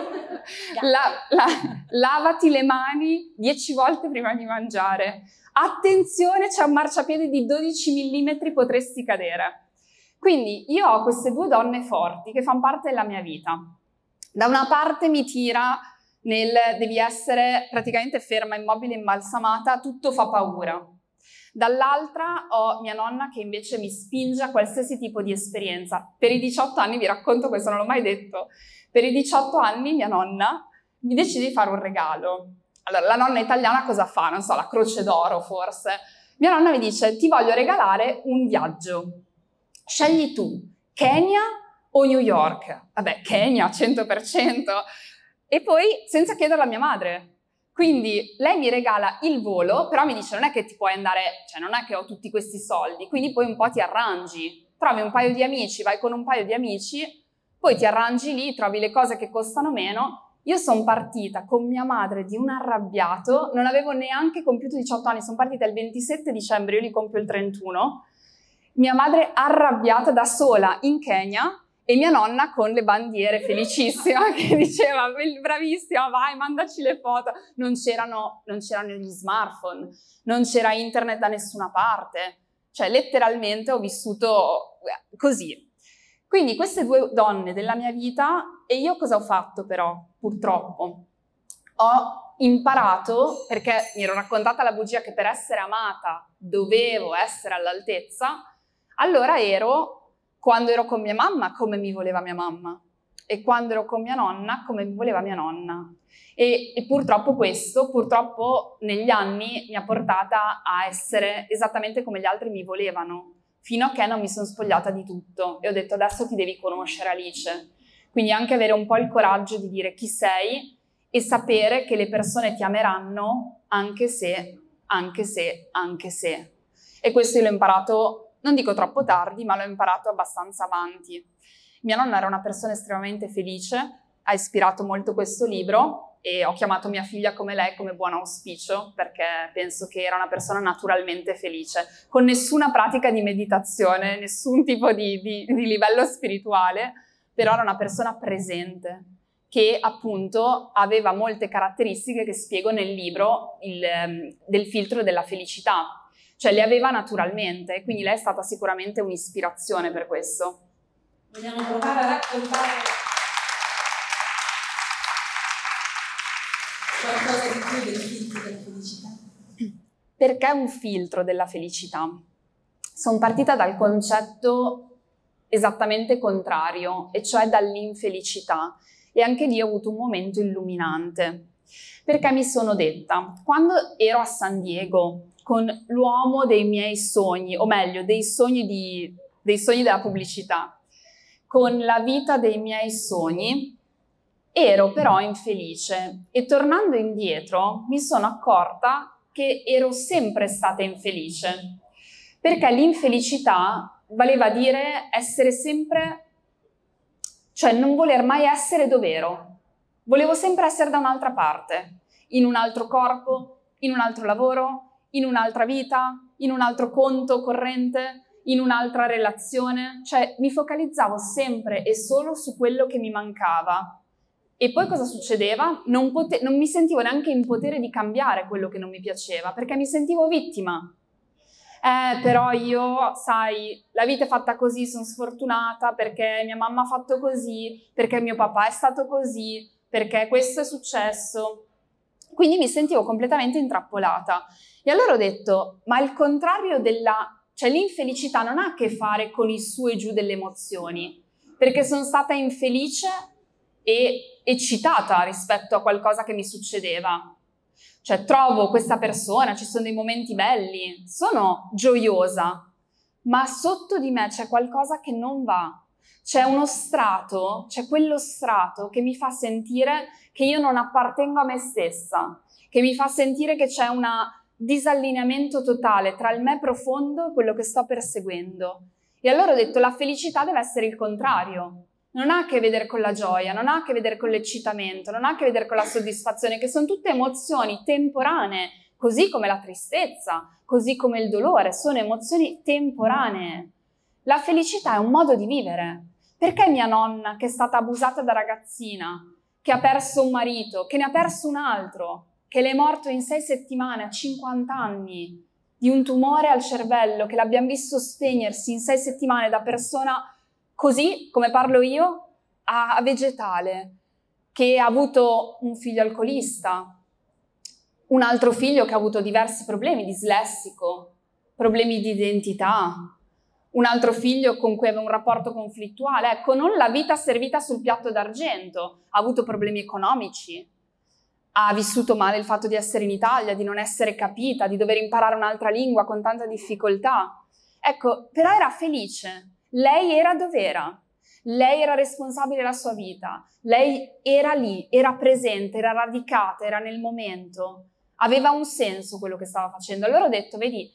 La, la, lavati le mani dieci volte prima di mangiare. Attenzione, c'è un marciapiede di dodici millimetri, potresti cadere. Quindi io ho queste due donne forti che fanno parte della mia vita. Da una parte mi tira nel devi essere praticamente ferma, immobile, imbalsamata, tutto fa paura. Dall'altra ho mia nonna che invece mi spinge a qualsiasi tipo di esperienza. Per i diciotto anni, vi racconto questo, non l'ho mai detto, per i diciotto anni mia nonna mi decide di fare un regalo. Allora, la nonna italiana cosa fa? Non so, la Croce d'Oro forse. Mia nonna mi dice, ti voglio regalare un viaggio. Scegli tu, Kenya o New York? Vabbè, Kenya, cento per cento. E poi, senza chiederlo a mia madre. Quindi lei mi regala il volo, però mi dice non è che ti puoi andare, cioè non è che ho tutti questi soldi, quindi poi un po' ti arrangi, trovi un paio di amici, vai con un paio di amici, poi ti arrangi lì, trovi le cose che costano meno. Io sono partita con mia madre di un arrabbiato, non avevo neanche compiuto diciotto anni, sono partita il ventisette dicembre, io li compio il trentuno, mia madre arrabbiata da sola in Kenya, e mia nonna con le bandiere felicissima che diceva bravissima, vai, mandaci le foto. Non c'erano, non c'erano gli smartphone, non c'era internet da nessuna parte. Cioè letteralmente ho vissuto così. Quindi queste due donne della mia vita, e io cosa ho fatto però, purtroppo? Ho imparato, perché mi ero raccontata la bugia che per essere amata dovevo essere all'altezza, allora ero... Quando ero con mia mamma, come mi voleva mia mamma. E quando ero con mia nonna, come mi voleva mia nonna. E, e purtroppo questo, purtroppo negli anni mi ha portata a essere esattamente come gli altri mi volevano, fino a che non mi sono spogliata di tutto. E ho detto, adesso ti devi conoscere, Alice. Quindi anche avere un po' il coraggio di dire chi sei e sapere che le persone ti ameranno anche se, anche se, anche se. E questo io l'ho imparato... Non dico troppo tardi, ma l'ho imparato abbastanza avanti. Mia nonna era una persona estremamente felice, ha ispirato molto questo libro e ho chiamato mia figlia come lei, come buon auspicio, perché penso che era una persona naturalmente felice, con nessuna pratica di meditazione, nessun tipo di, di, di livello spirituale, però era una persona presente, che appunto aveva molte caratteristiche che spiego nel libro il, del filtro della felicità. Cioè le aveva naturalmente, quindi lei è stata sicuramente un'ispirazione per questo. Vogliamo provare a raccontare qualcosa di più del filtro della felicità? Perché è un filtro della felicità? Sono partita dal concetto esattamente contrario, e cioè dall'infelicità. E anche lì ho avuto un momento illuminante. Perché mi sono detta, quando ero a San Diego, con l'uomo dei miei sogni, o meglio, dei sogni, di, dei sogni della pubblicità, con la vita dei miei sogni, ero però infelice e tornando indietro mi sono accorta che ero sempre stata infelice, perché l'infelicità voleva dire essere sempre, cioè non voler mai essere dove ero, volevo sempre essere da un'altra parte, in un altro corpo, in un altro lavoro, in un'altra vita, in un altro conto corrente, in un'altra relazione, cioè mi focalizzavo sempre e solo su quello che mi mancava. E poi cosa succedeva? Non, pote- non mi sentivo neanche in potere di cambiare quello che non mi piaceva, perché mi sentivo vittima. Eh, però io, sai, la vita è fatta così, sono sfortunata, perché mia mamma ha fatto così, perché mio papà è stato così, perché questo è successo. Quindi mi sentivo completamente intrappolata. E allora ho detto, ma il contrario della... cioè l'infelicità non ha a che fare con i su e giù delle emozioni, perché sono stata infelice e eccitata rispetto a qualcosa che mi succedeva. Cioè trovo questa persona, ci sono dei momenti belli, sono gioiosa, ma sotto di me c'è qualcosa che non va. c'è uno strato, c'è quello strato che mi fa sentire che io non appartengo a me stessa, che mi fa sentire che c'è un disallineamento totale tra il me profondo e quello che sto perseguendo. E allora ho detto, la felicità deve essere il contrario. Non ha a che vedere con la gioia, non ha a che vedere con l'eccitamento, non ha a che vedere con la soddisfazione, che sono tutte emozioni temporanee, così come la tristezza, così come il dolore, sono emozioni temporanee. La felicità è un modo di vivere. Perché mia nonna, che è stata abusata da ragazzina, che ha perso un marito, che ne ha perso un altro, che le è morto in sei settimane a cinquanta anni, di un tumore al cervello, che l'abbiamo visto spegnersi in sei settimane da persona così, come parlo io, a vegetale, che ha avuto un figlio alcolista, un altro figlio che ha avuto diversi problemi, dislessico, problemi di identità, un altro figlio con cui aveva un rapporto conflittuale, ecco, non la vita servita sul piatto d'argento, ha avuto problemi economici, ha vissuto male il fatto di essere in Italia, di non essere capita, di dover imparare un'altra lingua con tanta difficoltà. Ecco, però era felice, lei era dov'era, lei era responsabile della sua vita, lei era lì, era presente, era radicata, era nel momento, aveva un senso quello che stava facendo. Allora ho detto, vedi,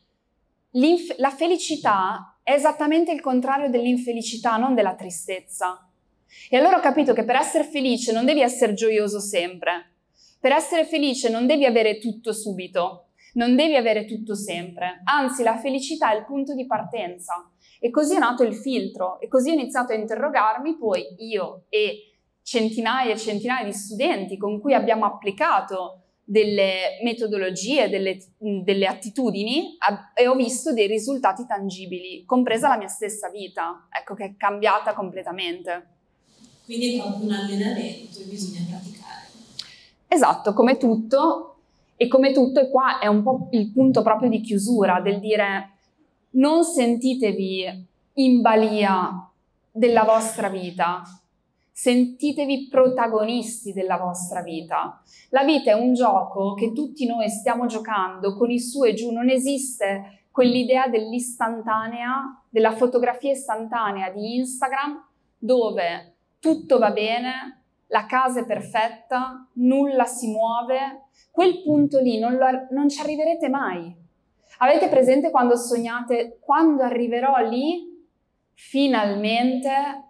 la felicità è esattamente il contrario dell'infelicità, non della tristezza. E allora ho capito che per essere felice non devi essere gioioso sempre. Per essere felice non devi avere tutto subito, non devi avere tutto sempre. Anzi, la felicità è il punto di partenza. E così è nato il filtro. E così ho iniziato a interrogarmi, poi io e centinaia e centinaia di studenti con cui abbiamo applicato delle metodologie, delle, delle attitudini e ho visto dei risultati tangibili, compresa la mia stessa vita, ecco, che è cambiata completamente. Quindi è proprio un allenamento e bisogna praticare. Esatto, come tutto, e come tutto, e qua è un po' il punto proprio di chiusura, del dire non sentitevi in balia della vostra vita, sentitevi protagonisti della vostra vita. La vita è un gioco che tutti noi stiamo giocando con i su e giù, non esiste quell'idea dell'istantanea, della fotografia istantanea di Instagram, dove tutto va bene, la casa è perfetta, nulla si muove. Quel punto lì non, lo, non ci arriverete mai. Avete presente quando sognate, quando arriverò lì, finalmente,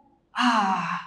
ah,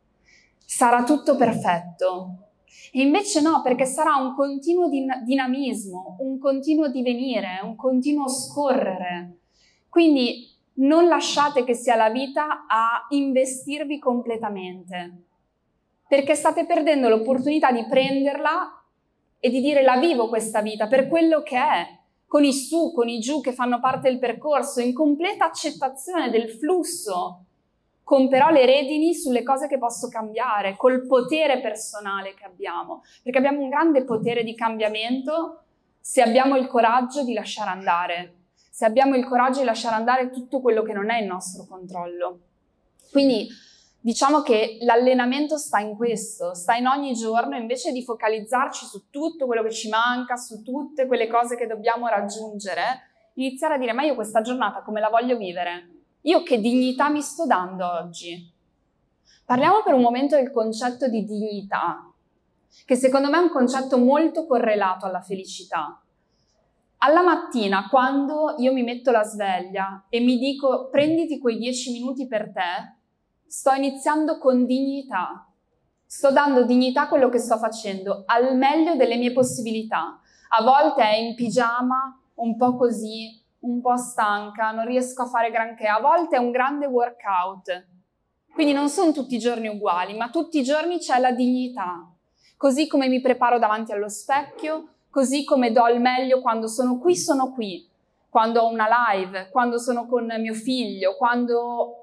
sarà tutto perfetto. E invece no, perché sarà un continuo din- dinamismo, un continuo divenire, un continuo scorrere. Quindi non lasciate che sia la vita a investirvi completamente, perché state perdendo l'opportunità di prenderla e di dire la vivo questa vita per quello che è, con i su, con i giù che fanno parte del percorso, in completa accettazione del flusso, con però le redini sulle cose che posso cambiare, col potere personale che abbiamo, perché abbiamo un grande potere di cambiamento se abbiamo il coraggio di lasciare andare, se abbiamo il coraggio di lasciare andare tutto quello che non è il nostro controllo. Quindi diciamo che l'allenamento sta in questo, sta in ogni giorno, invece di focalizzarci su tutto quello che ci manca, su tutte quelle cose che dobbiamo raggiungere, iniziare a dire ma io questa giornata come la voglio vivere? Io che dignità mi sto dando oggi? Parliamo per un momento del concetto di dignità, che secondo me è un concetto molto correlato alla felicità. Alla mattina, quando io mi metto la sveglia e mi dico prenditi quei dieci minuti per te, sto iniziando con dignità, sto dando dignità a quello che sto facendo, al meglio delle mie possibilità. A volte è in pigiama, un po' così, un po' stanca, non riesco a fare granché, a volte è un grande workout. Quindi non sono tutti i giorni uguali, ma tutti i giorni c'è la dignità. Così come mi preparo davanti allo specchio, così come do il meglio quando sono qui, sono qui. Quando ho una live, quando sono con mio figlio, quando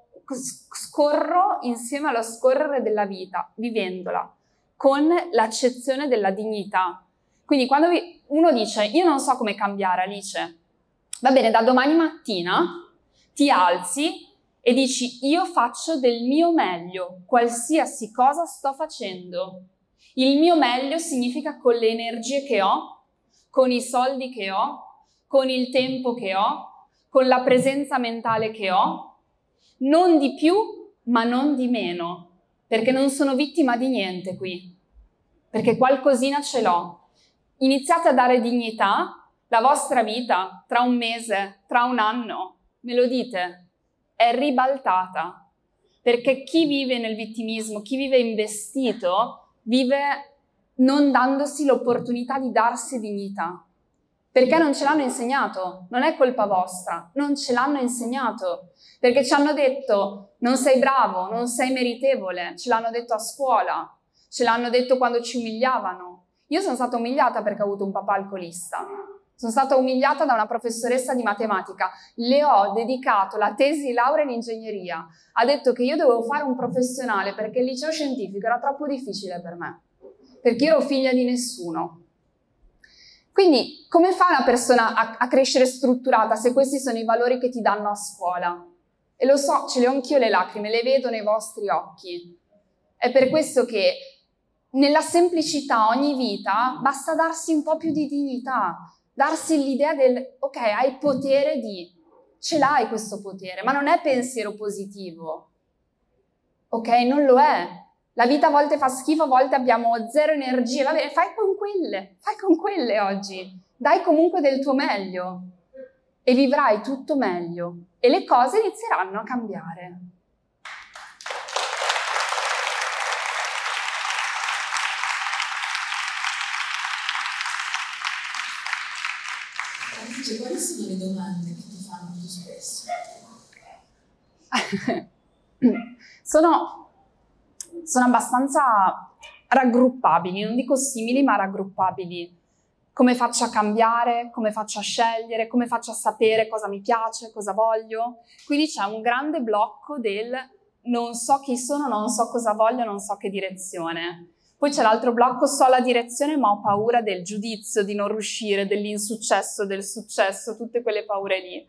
scorro insieme allo scorrere della vita, vivendola, con l'accezione della dignità. Quindi quando uno dice, io non so come cambiare, Alice, va bene, da domani mattina ti alzi e dici, io faccio del mio meglio, qualsiasi cosa sto facendo. Il mio meglio significa con le energie che ho, con i soldi che ho, con il tempo che ho, con la presenza mentale che ho, non di più, ma non di meno, perché non sono vittima di niente qui, perché qualcosina ce l'ho. Iniziate a dare dignità, la vostra vita tra un mese, tra un anno, me lo dite, è ribaltata, perché chi vive nel vittimismo, chi vive investito, vive non dandosi l'opportunità di darsi dignità, perché non ce l'hanno insegnato, non è colpa vostra, non ce l'hanno insegnato, perché ci hanno detto non sei bravo, non sei meritevole, ce l'hanno detto a scuola, ce l'hanno detto quando ci umiliavano. Io sono stata umiliata perché ho avuto un papà alcolista, sono stata umiliata da una professoressa di matematica, le ho dedicato la tesi di laurea in ingegneria, ha detto che io dovevo fare un professionale perché il liceo scientifico era troppo difficile per me, perché io ero figlia di nessuno. Quindi come fa una persona a, a crescere strutturata se questi sono i valori che ti danno a scuola? E lo so, ce le ho anch'io le lacrime, le vedo nei vostri occhi. È per questo che nella semplicità ogni vita basta darsi un po' più di dignità, darsi l'idea del ok, hai potere di, ce l'hai questo potere, ma non è pensiero positivo, ok? Non lo è. La vita a volte fa schifo, a volte abbiamo zero energie, va bene, fai con quelle, fai con quelle oggi, dai comunque del tuo meglio e vivrai tutto meglio e le cose inizieranno a cambiare. Alice, quali sono le domande che ti fanno più spesso? sono... sono abbastanza raggruppabili, non dico simili, ma raggruppabili. Come faccio a cambiare, come faccio a scegliere, come faccio a sapere cosa mi piace, cosa voglio. Quindi c'è un grande blocco del non so chi sono, non so cosa voglio, non so che direzione. Poi c'è l'altro blocco, so la direzione ma ho paura del giudizio, di non riuscire, dell'insuccesso, del successo, tutte quelle paure lì.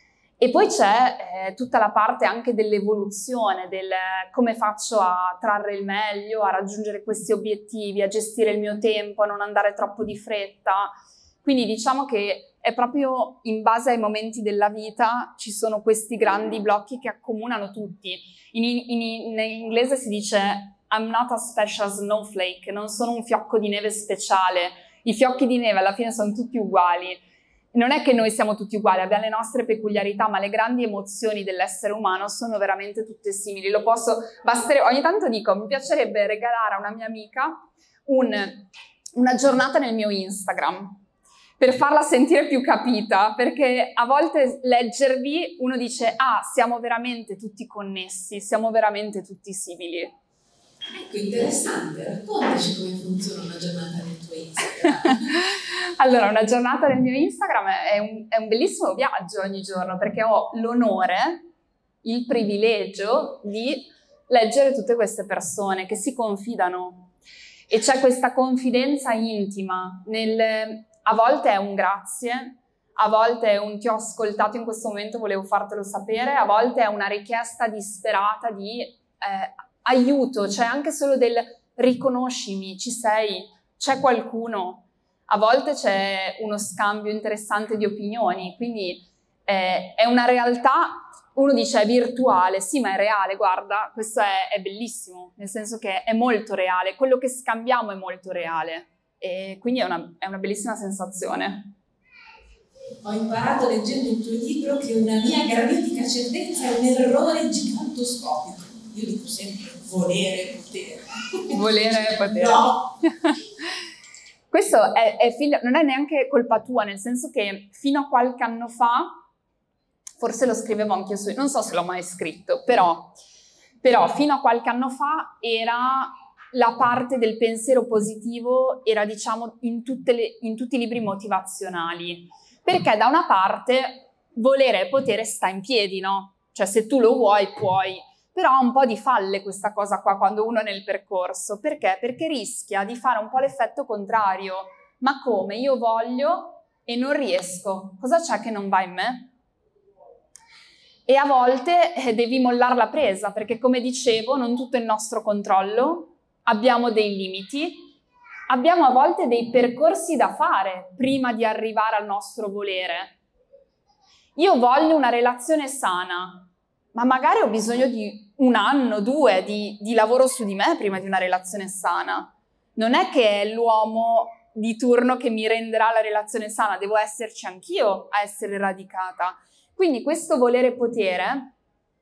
E poi c'è eh, tutta la parte anche dell'evoluzione, del come faccio a trarre il meglio, a raggiungere questi obiettivi, a gestire il mio tempo, a non andare troppo di fretta. Quindi diciamo che è proprio in base ai momenti della vita ci sono questi grandi blocchi che accomunano tutti. In, in, in inglese si dice I'm not a special snowflake, non sono un fiocco di neve speciale. I fiocchi di neve alla fine sono tutti uguali. Non è che noi siamo tutti uguali, abbiamo le nostre peculiarità, ma le grandi emozioni dell'essere umano sono veramente tutte simili. Lo posso, bastere, ogni tanto dico, mi piacerebbe regalare a una mia amica un, una giornata nel mio Instagram, per farla sentire più capita, perché a volte leggervi uno dice, ah, siamo veramente tutti connessi, siamo veramente tutti simili. Ecco, interessante, raccontaci come funziona una giornata nel tuo Instagram. Allora, una giornata nel mio Instagram è un, è un bellissimo viaggio ogni giorno, perché ho l'onore, il privilegio di leggere tutte queste persone che si confidano e c'è questa confidenza intima, nel, a volte è un grazie, a volte è un ti ho ascoltato in questo momento, volevo fartelo sapere, a volte è una richiesta disperata di eh, aiuto, cioè anche solo del riconoscimi, ci sei, c'è qualcuno. A volte c'è uno scambio interessante di opinioni, quindi eh, è una realtà, uno dice è virtuale, sì ma è reale, guarda, questo è, è bellissimo, nel senso che è molto reale, quello che scambiamo è molto reale e quindi è una, è una bellissima sensazione. Ho imparato leggendo il tuo libro che una mia granitica certezza è un errore gigantoscopico. Io dico sempre volere potere. Volere potere. No! Questo è, è figlio, non è neanche colpa tua, nel senso che fino a qualche anno fa, forse lo scrivevo anche io su, non so se l'ho mai scritto, però, però fino a qualche anno fa era la parte del pensiero positivo, era diciamo in, tutte le, in tutti i libri motivazionali, perché da una parte volere e potere sta in piedi, no? Cioè se tu lo vuoi, puoi. Però ha un po' di falle questa cosa qua quando uno è nel percorso. Perché? Perché rischia di fare un po' l'effetto contrario. Ma come? Io voglio e non riesco. Cosa c'è che non va in me? E a volte eh, devi mollare la presa, perché come dicevo, non tutto è il nostro controllo, abbiamo dei limiti, abbiamo a volte dei percorsi da fare prima di arrivare al nostro volere. Io voglio una relazione sana, ma magari ho bisogno di un anno, due di, di lavoro su di me prima di una relazione sana. Non è che è l'uomo di turno che mi renderà la relazione sana, devo esserci anch'io a essere radicata. Quindi questo volere potere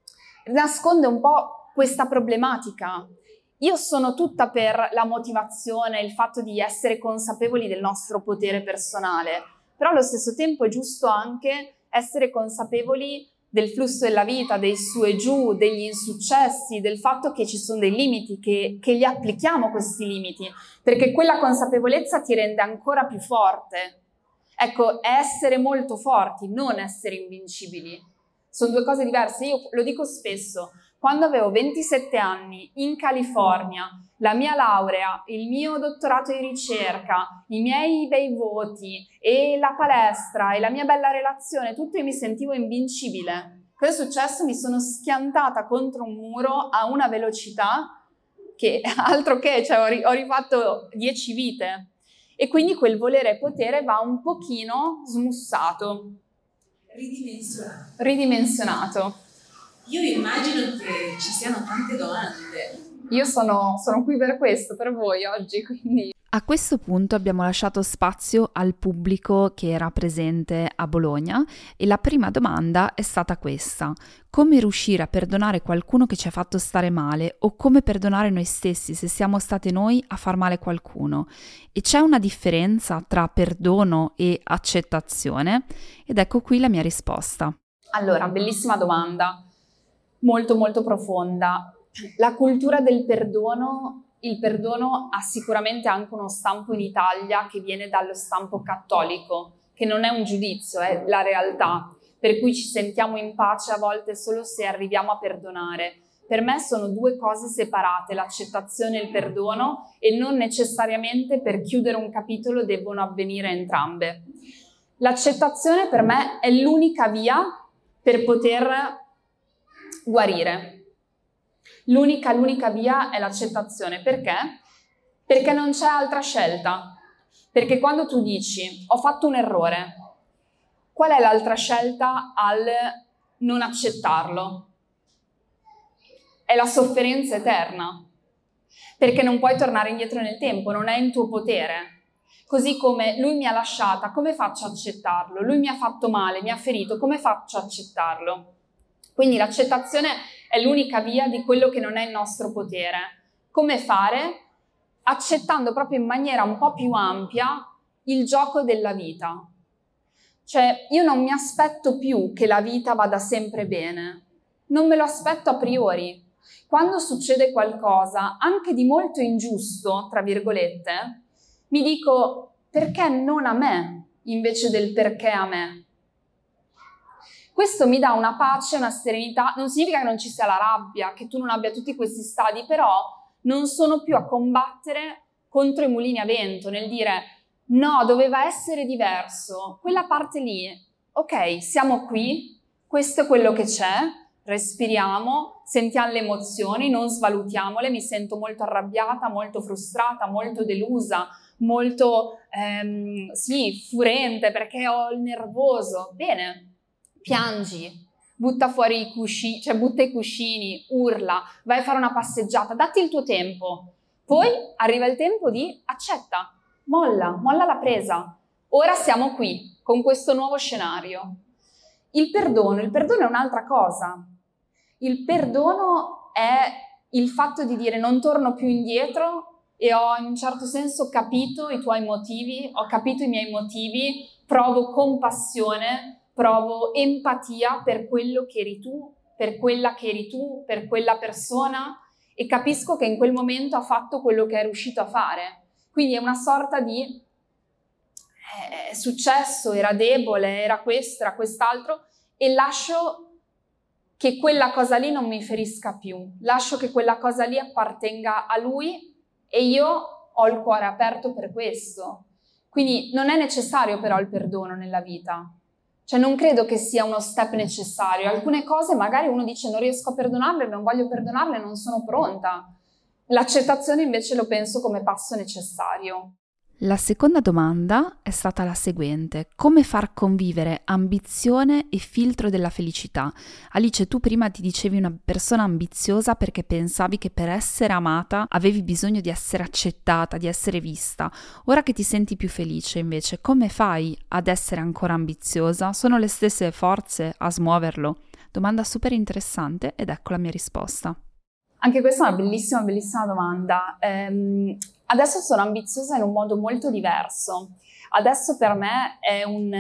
nasconde un po' questa problematica. Io sono tutta per la motivazione, il fatto di essere consapevoli del nostro potere personale, però allo stesso tempo è giusto anche essere consapevoli del flusso della vita, dei su e giù, degli insuccessi, del fatto che ci sono dei limiti, che, che li applichiamo questi limiti, perché quella consapevolezza ti rende ancora più forte. Ecco, è essere molto forti, non essere invincibili. Sono due cose diverse. Io lo dico spesso, quando avevo ventisette anni in California, la mia laurea, il mio dottorato di ricerca, i miei bei voti e la palestra e la mia bella relazione, tutto, io mi sentivo invincibile. Cosa è successo? Mi sono schiantata contro un muro a una velocità che altro che, cioè ho, ri- ho rifatto dieci vite. E quindi quel volere potere va un pochino smussato. Ridimensionato. Ridimensionato. Io immagino che ci siano tante domande. Io sono, sono qui per questo, per voi oggi, quindi... A questo punto abbiamo lasciato spazio al pubblico che era presente a Bologna e la prima domanda è stata questa: come riuscire a perdonare qualcuno che ci ha fatto stare male o come perdonare noi stessi se siamo state noi a far male qualcuno? E c'è una differenza tra perdono e accettazione? Ed ecco qui la mia risposta. Allora, bellissima domanda, molto molto profonda. La cultura del perdono... Il perdono ha sicuramente anche uno stampo in Italia che viene dallo stampo cattolico, che non è un giudizio, è la realtà, per cui ci sentiamo in pace a volte solo se arriviamo a perdonare. Per me sono due cose separate, l'accettazione e il perdono, e non necessariamente per chiudere un capitolo devono avvenire entrambe. L'accettazione per me è l'unica via per poter guarire. L'unica, l'unica via è l'accettazione. Perché? Perché non c'è altra scelta. Perché quando tu dici ho fatto un errore, qual è l'altra scelta al non accettarlo? È la sofferenza eterna. Perché non puoi tornare indietro nel tempo, non è in tuo potere. Così come lui mi ha lasciata, come faccio a accettarlo? Lui mi ha fatto male, mi ha ferito, come faccio a accettarlo? Quindi l'accettazione è l'unica via di quello che non è il nostro potere. Come fare? Accettando proprio in maniera un po' più ampia il gioco della vita. Cioè, io non mi aspetto più che la vita vada sempre bene. Non me lo aspetto a priori. Quando succede qualcosa, anche di molto ingiusto, tra virgolette, mi dico perché non a me, invece del perché a me. Questo mi dà una pace, una serenità, non significa che non ci sia la rabbia, che tu non abbia tutti questi stadi, però non sono più a combattere contro i mulini a vento, nel dire no, doveva essere diverso, quella parte lì, ok, siamo qui, questo è quello che c'è, respiriamo, sentiamo le emozioni, non svalutiamole, mi sento molto arrabbiata, molto frustrata, molto delusa, molto, ehm, sì, furente perché ho il nervoso, bene. Piangi, butta fuori i cuscini, cioè butta i cuscini, urla, vai a fare una passeggiata, datti il tuo tempo. Poi arriva il tempo di accetta, molla, molla la presa. Ora siamo qui, con questo nuovo scenario. Il perdono, il perdono è un'altra cosa. Il perdono è il fatto di dire non torno più indietro e ho in un certo senso capito i tuoi motivi, ho capito i miei motivi, provo compassione, provo empatia per quello che eri tu, per quella che eri tu, per quella persona, e capisco che in quel momento ha fatto quello che è riuscito a fare. Quindi è una sorta di è successo, era debole, era questo, era quest'altro, e lascio che quella cosa lì non mi ferisca più, lascio che quella cosa lì appartenga a lui e io ho il cuore aperto per questo. Quindi non è necessario però il perdono nella vita. Cioè non credo che sia uno step necessario. Alcune cose magari uno dice non riesco a perdonarle, non voglio perdonarle, non sono pronta. L'accettazione invece lo penso come passo necessario. La seconda domanda è stata la seguente: come far convivere ambizione e filtro della felicità? Alice, tu prima ti dicevi una persona ambiziosa perché pensavi che per essere amata avevi bisogno di essere accettata, di essere vista. Ora che ti senti più felice, invece, come fai ad essere ancora ambiziosa? Sono le stesse forze a smuoverlo? Domanda super interessante ed ecco la mia risposta. Anche questa è una bellissima, bellissima domanda. Ehm, adesso sono ambiziosa in un modo molto diverso. Adesso per me è un,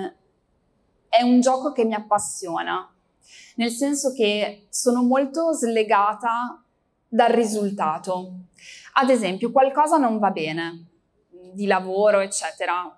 è un gioco che mi appassiona, nel senso che sono molto slegata dal risultato. Ad esempio, qualcosa non va bene, di lavoro, eccetera.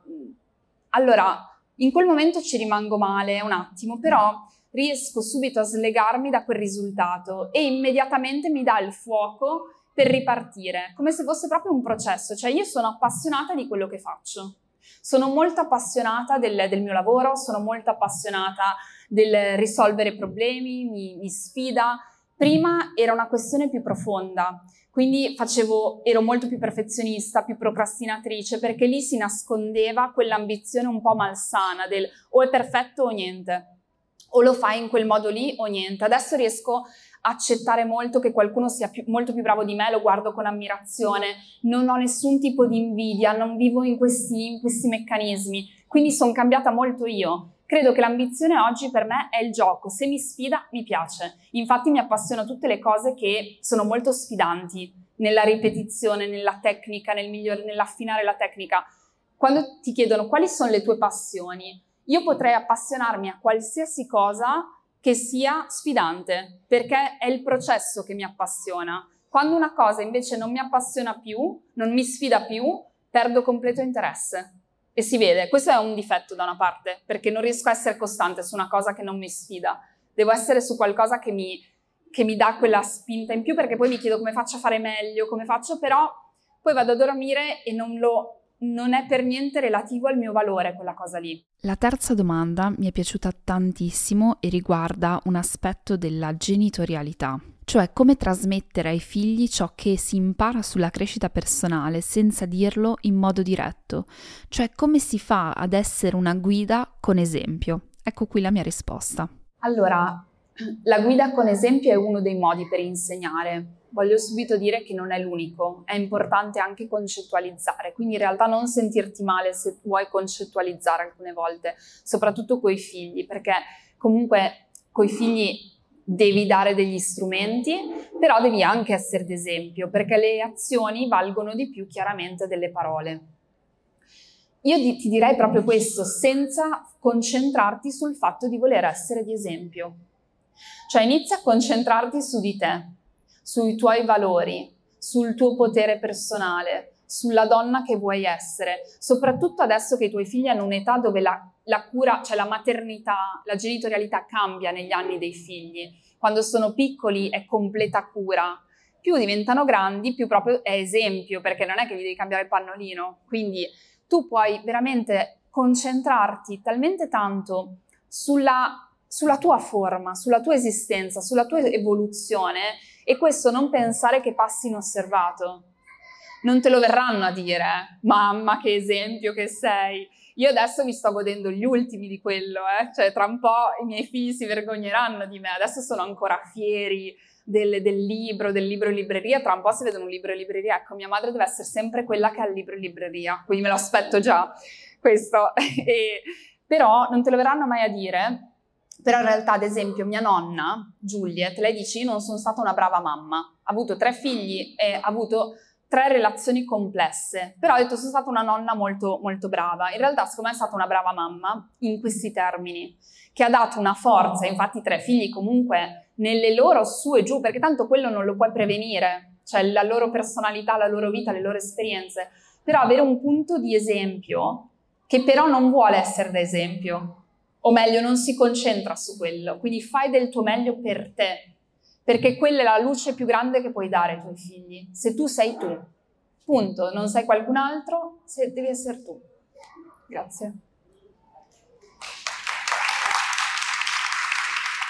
Allora, in quel momento ci rimango male un attimo, però riesco subito a slegarmi da quel risultato e immediatamente mi dà il fuoco per ripartire, come se fosse proprio un processo. Cioè io sono appassionata di quello che faccio, sono molto appassionata del, del mio lavoro, sono molto appassionata del risolvere problemi, mi, mi sfida. Prima era una questione più profonda, quindi facevo, ero molto più perfezionista, più procrastinatrice, perché lì si nascondeva quell'ambizione un po' malsana del o è perfetto o niente. O lo fai in quel modo lì o niente. Adesso riesco a accettare molto che qualcuno sia più, molto più bravo di me, lo guardo con ammirazione, non ho nessun tipo di invidia, non vivo in questi, in questi meccanismi, quindi sono cambiata molto io. Credo che l'ambizione oggi per me è il gioco, se mi sfida mi piace, infatti mi appassionano tutte le cose che sono molto sfidanti, nella ripetizione, nella tecnica, nel miglior, nell'affinare la tecnica. Quando ti chiedono quali sono le tue passioni, io potrei appassionarmi a qualsiasi cosa che sia sfidante, perché è il processo che mi appassiona. Quando una cosa invece non mi appassiona più, non mi sfida più, perdo completo interesse. E si vede, questo è un difetto da una parte, perché non riesco a essere costante su una cosa che non mi sfida. Devo essere su qualcosa che mi, che mi dà quella spinta in più, perché poi mi chiedo come faccio a fare meglio, come faccio, però poi vado a dormire e non lo... non è per niente relativo al mio valore quella cosa lì. La terza domanda mi è piaciuta tantissimo e riguarda un aspetto della genitorialità, cioè come trasmettere ai figli ciò che si impara sulla crescita personale senza dirlo in modo diretto, cioè come si fa ad essere una guida con esempio. Ecco qui la mia risposta. Allora, la guida con esempio è uno dei modi per insegnare. Voglio subito dire che non è l'unico, è importante anche concettualizzare, quindi in realtà non sentirti male se vuoi concettualizzare alcune volte, soprattutto coi figli, perché comunque coi figli devi dare degli strumenti, però devi anche essere d'esempio, perché le azioni valgono di più chiaramente delle parole. Io ti direi proprio questo, senza concentrarti sul fatto di voler essere di esempio. Cioè inizia a concentrarti su di te, sui tuoi valori, sul tuo potere personale, sulla donna che vuoi essere, soprattutto adesso che i tuoi figli hanno un'età dove la, la cura, cioè la maternità, la genitorialità cambia negli anni dei figli. Quando sono piccoli è completa cura, più diventano grandi, più proprio è esempio, perché non è che gli devi cambiare il pannolino, quindi tu puoi veramente concentrarti talmente tanto sulla, sulla tua forma, sulla tua esistenza, sulla tua evoluzione, e questo non pensare che passi inosservato. Non te lo verranno a dire, mamma che esempio che sei. Io adesso mi sto godendo gli ultimi di quello, eh? Cioè tra un po' i miei figli si vergogneranno di me, adesso sono ancora fieri del, del libro, del libro in libreria, tra un po' si vedono un libro in libreria, ecco mia madre deve essere sempre quella che ha il libro in libreria, quindi me lo aspetto già, questo. E, però non te lo verranno mai a dire. Però in realtà, ad esempio, mia nonna, Juliet, lei dice io non sono stata una brava mamma, ha avuto tre figli e ha avuto tre relazioni complesse, però ha detto sono stata una nonna molto, molto brava. In realtà, secondo me è stata una brava mamma in questi termini, che ha dato una forza, infatti tre figli comunque nelle loro su e giù, perché tanto quello non lo puoi prevenire, cioè la loro personalità, la loro vita, le loro esperienze, però avere un punto di esempio che però non vuole essere da esempio, o meglio non si concentra su quello, quindi fai del tuo meglio per te, perché quella è la luce più grande che puoi dare ai tuoi figli, se tu sei tu, punto, non sei qualcun altro, se devi essere tu. Grazie.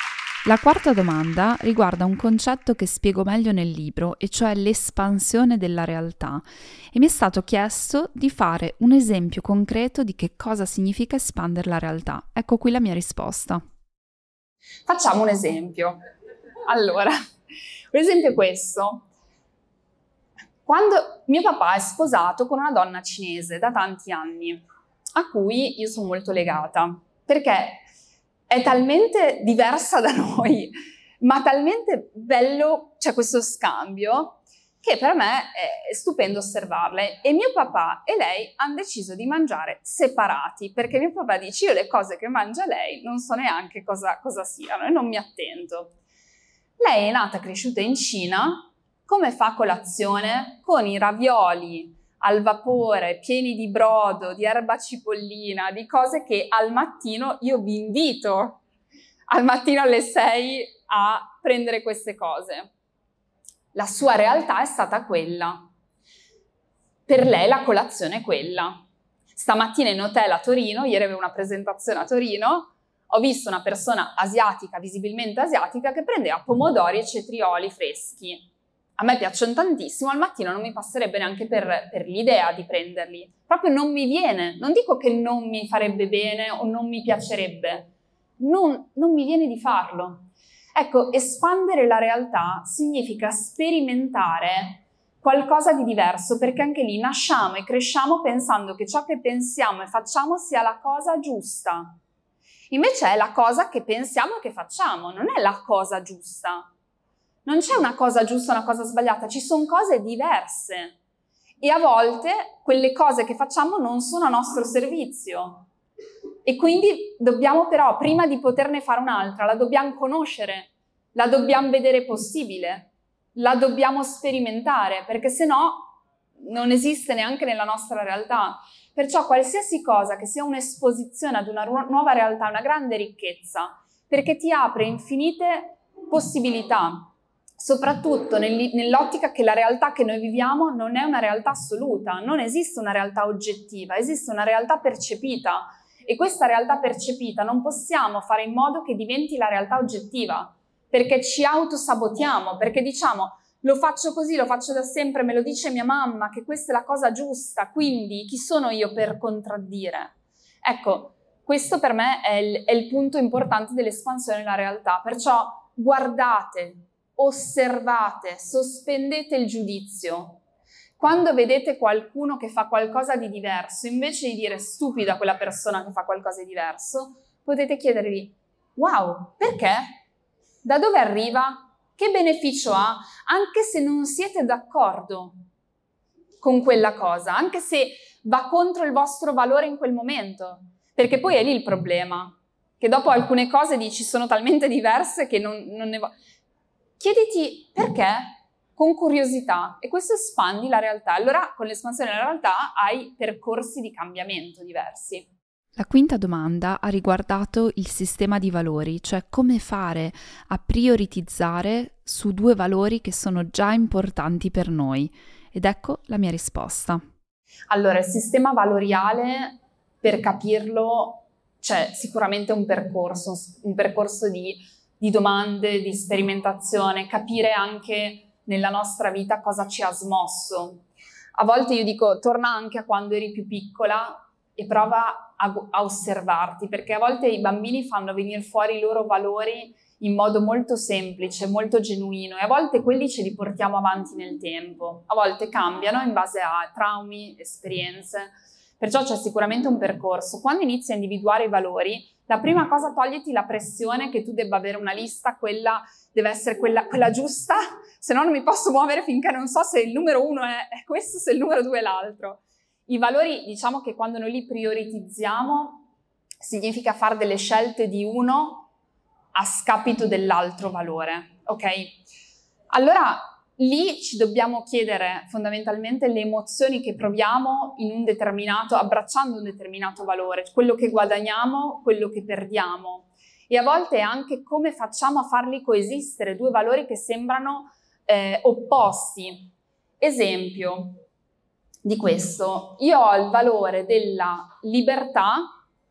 La quarta domanda riguarda un concetto che spiego meglio nel libro, e cioè l'espansione della realtà, e mi è stato chiesto di fare un esempio concreto di che cosa significa espandere la realtà. Ecco qui la mia risposta. Facciamo un esempio. Allora, un esempio è questo. Quando mio papà è sposato con una donna cinese da tanti anni, a cui io sono molto legata, perché è talmente diversa da noi, ma talmente bello c'è questo scambio, che per me è stupendo osservarle. E mio papà e lei hanno deciso di mangiare separati, perché mio papà dice: io le cose che mangia lei non so neanche cosa, cosa siano e non mi attento. Lei è nata e cresciuta in Cina. Come fa colazione? Con i ravioli al vapore, pieni di brodo, di erba cipollina, di cose che al mattino io vi invito al mattino alle sei a prendere queste cose. La sua realtà è stata quella. Per lei la colazione è quella. Stamattina in hotel a Torino, ieri avevo una presentazione a Torino, ho visto una persona asiatica, visibilmente asiatica, che prendeva pomodori e cetrioli freschi. A me piacciono tantissimo, al mattino non mi passerebbe neanche per, per l'idea di prenderli. Proprio non mi viene, non dico che non mi farebbe bene o non mi piacerebbe, non, non mi viene di farlo. Ecco, espandere la realtà significa sperimentare qualcosa di diverso, perché anche lì nasciamo e cresciamo pensando che ciò che pensiamo e facciamo sia la cosa giusta. Invece è la cosa che pensiamo e che facciamo, non è la cosa giusta. Non c'è una cosa giusta e una cosa sbagliata, ci sono cose diverse. E a volte quelle cose che facciamo non sono a nostro servizio. E quindi dobbiamo però, prima di poterne fare un'altra, la dobbiamo conoscere, la dobbiamo vedere possibile, la dobbiamo sperimentare, perché se no non esiste neanche nella nostra realtà. Perciò qualsiasi cosa che sia un'esposizione ad una ru- nuova realtà è una grande ricchezza, perché ti apre infinite possibilità. Soprattutto nell'ottica che la realtà che noi viviamo non è una realtà assoluta, non esiste una realtà oggettiva, esiste una realtà percepita, e questa realtà percepita non possiamo fare in modo che diventi la realtà oggettiva, perché ci autosabotiamo, perché diciamo: lo faccio così, lo faccio da sempre, me lo dice mia mamma che questa è la cosa giusta, quindi chi sono io per contraddire? Ecco, questo per me è il, è il punto importante dell'espansione della realtà, perciò guardate, osservate, sospendete il giudizio. Quando vedete qualcuno che fa qualcosa di diverso, invece di dire stupida quella persona che fa qualcosa di diverso, potete chiedervi: wow, perché? Da dove arriva? Che beneficio ha? Anche se non siete d'accordo con quella cosa, anche se va contro il vostro valore in quel momento, perché poi è lì il problema, che dopo alcune cose dici sono talmente diverse che non, non ne va. Chiediti perché, con curiosità, e questo espandi la realtà. Allora con l'espansione della realtà hai percorsi di cambiamento diversi. La quinta domanda ha riguardato il sistema di valori, cioè come fare a prioritizzare su due valori che sono già importanti per noi. Ed ecco la mia risposta. Allora, il sistema valoriale, per capirlo, c'è sicuramente un percorso, un percorso di, di domande, di sperimentazione, capire anche nella nostra vita cosa ci ha smosso. A volte io dico, torna anche a quando eri più piccola e prova a, a osservarti, perché a volte i bambini fanno venire fuori i loro valori in modo molto semplice, molto genuino, e a volte quelli ce li portiamo avanti nel tempo, a volte cambiano in base a traumi, esperienze, perciò c'è sicuramente un percorso. Quando inizi a individuare i valori, la prima cosa, togliti la pressione che tu debba avere una lista, quella deve essere quella, quella giusta, se no non mi posso muovere finché non so se il numero uno è, è questo, se il numero due è l'altro. I valori, diciamo che quando noi li prioritizziamo, significa fare delle scelte di uno a scapito dell'altro valore, ok? Allora lì ci dobbiamo chiedere fondamentalmente le emozioni che proviamo in un determinato, abbracciando un determinato valore, quello che guadagniamo, quello che perdiamo, e a volte anche come facciamo a farli coesistere, due valori che sembrano eh, opposti. Esempio di questo: io ho il valore della libertà,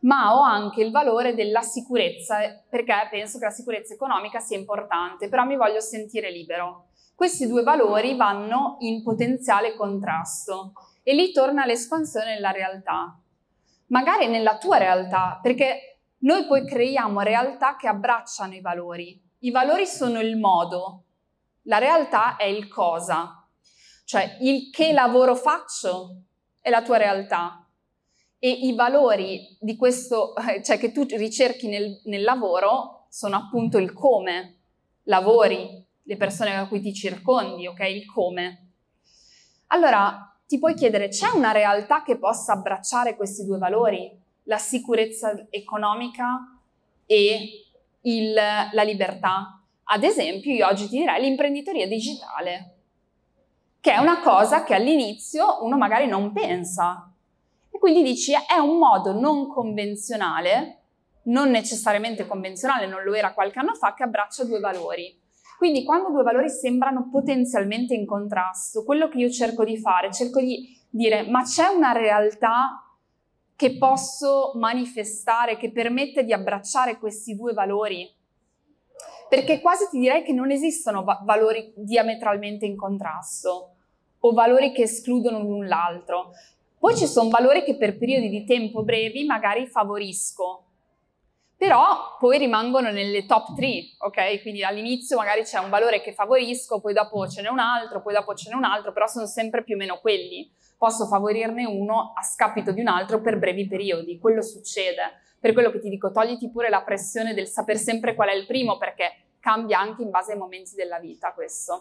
ma ho anche il valore della sicurezza, perché penso che la sicurezza economica sia importante, però mi voglio sentire libero. Questi due valori vanno in potenziale contrasto e lì torna l'espansione nella realtà. Magari nella tua realtà, perché noi poi creiamo realtà che abbracciano i valori. I valori sono il modo, la realtà è il cosa. Cioè il che lavoro faccio è la tua realtà. E i valori di questo, cioè che tu ricerchi nel, nel lavoro, sono appunto il come lavori, le persone a cui ti circondi, ok? Il come. Allora, ti puoi chiedere, c'è una realtà che possa abbracciare questi due valori? La sicurezza economica e il, la libertà? Ad esempio, io oggi ti direi l'imprenditoria digitale, che è una cosa che all'inizio uno magari non pensa. E quindi dici, è un modo non convenzionale, non necessariamente convenzionale, non lo era qualche anno fa, che abbraccia due valori. Quindi quando due valori sembrano potenzialmente in contrasto, quello che io cerco di fare, cerco di dire, ma c'è una realtà che posso manifestare, che permette di abbracciare questi due valori? Perché quasi ti direi che non esistono va- valori diametralmente in contrasto o valori che escludono l'un l'altro. Poi ci sono valori che per periodi di tempo brevi magari favorisco, però poi rimangono nelle top tre, ok? Quindi all'inizio magari c'è un valore che favorisco, poi dopo ce n'è un altro, poi dopo ce n'è un altro, però sono sempre più o meno quelli. Posso favorirne uno a scapito di un altro per brevi periodi, quello succede. Per quello che ti dico, togliti pure la pressione del saper sempre qual è il primo, perché cambia anche in base ai momenti della vita questo.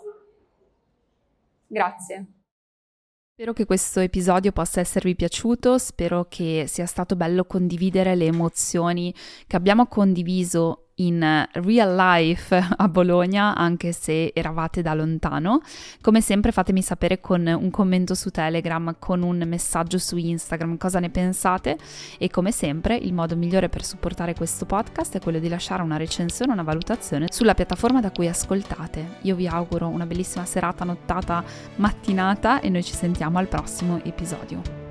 Grazie. Spero che questo episodio possa esservi piaciuto, spero che sia stato bello condividere le emozioni che abbiamo condiviso in real life a Bologna, anche se eravate da lontano. Come sempre fatemi sapere con un commento su Telegram, con un messaggio su Instagram cosa ne pensate, e come sempre il modo migliore per supportare questo podcast è quello di lasciare una recensione, una valutazione sulla piattaforma da cui ascoltate. Io vi auguro una bellissima serata, nottata, mattinata e noi ci sentiamo al prossimo episodio.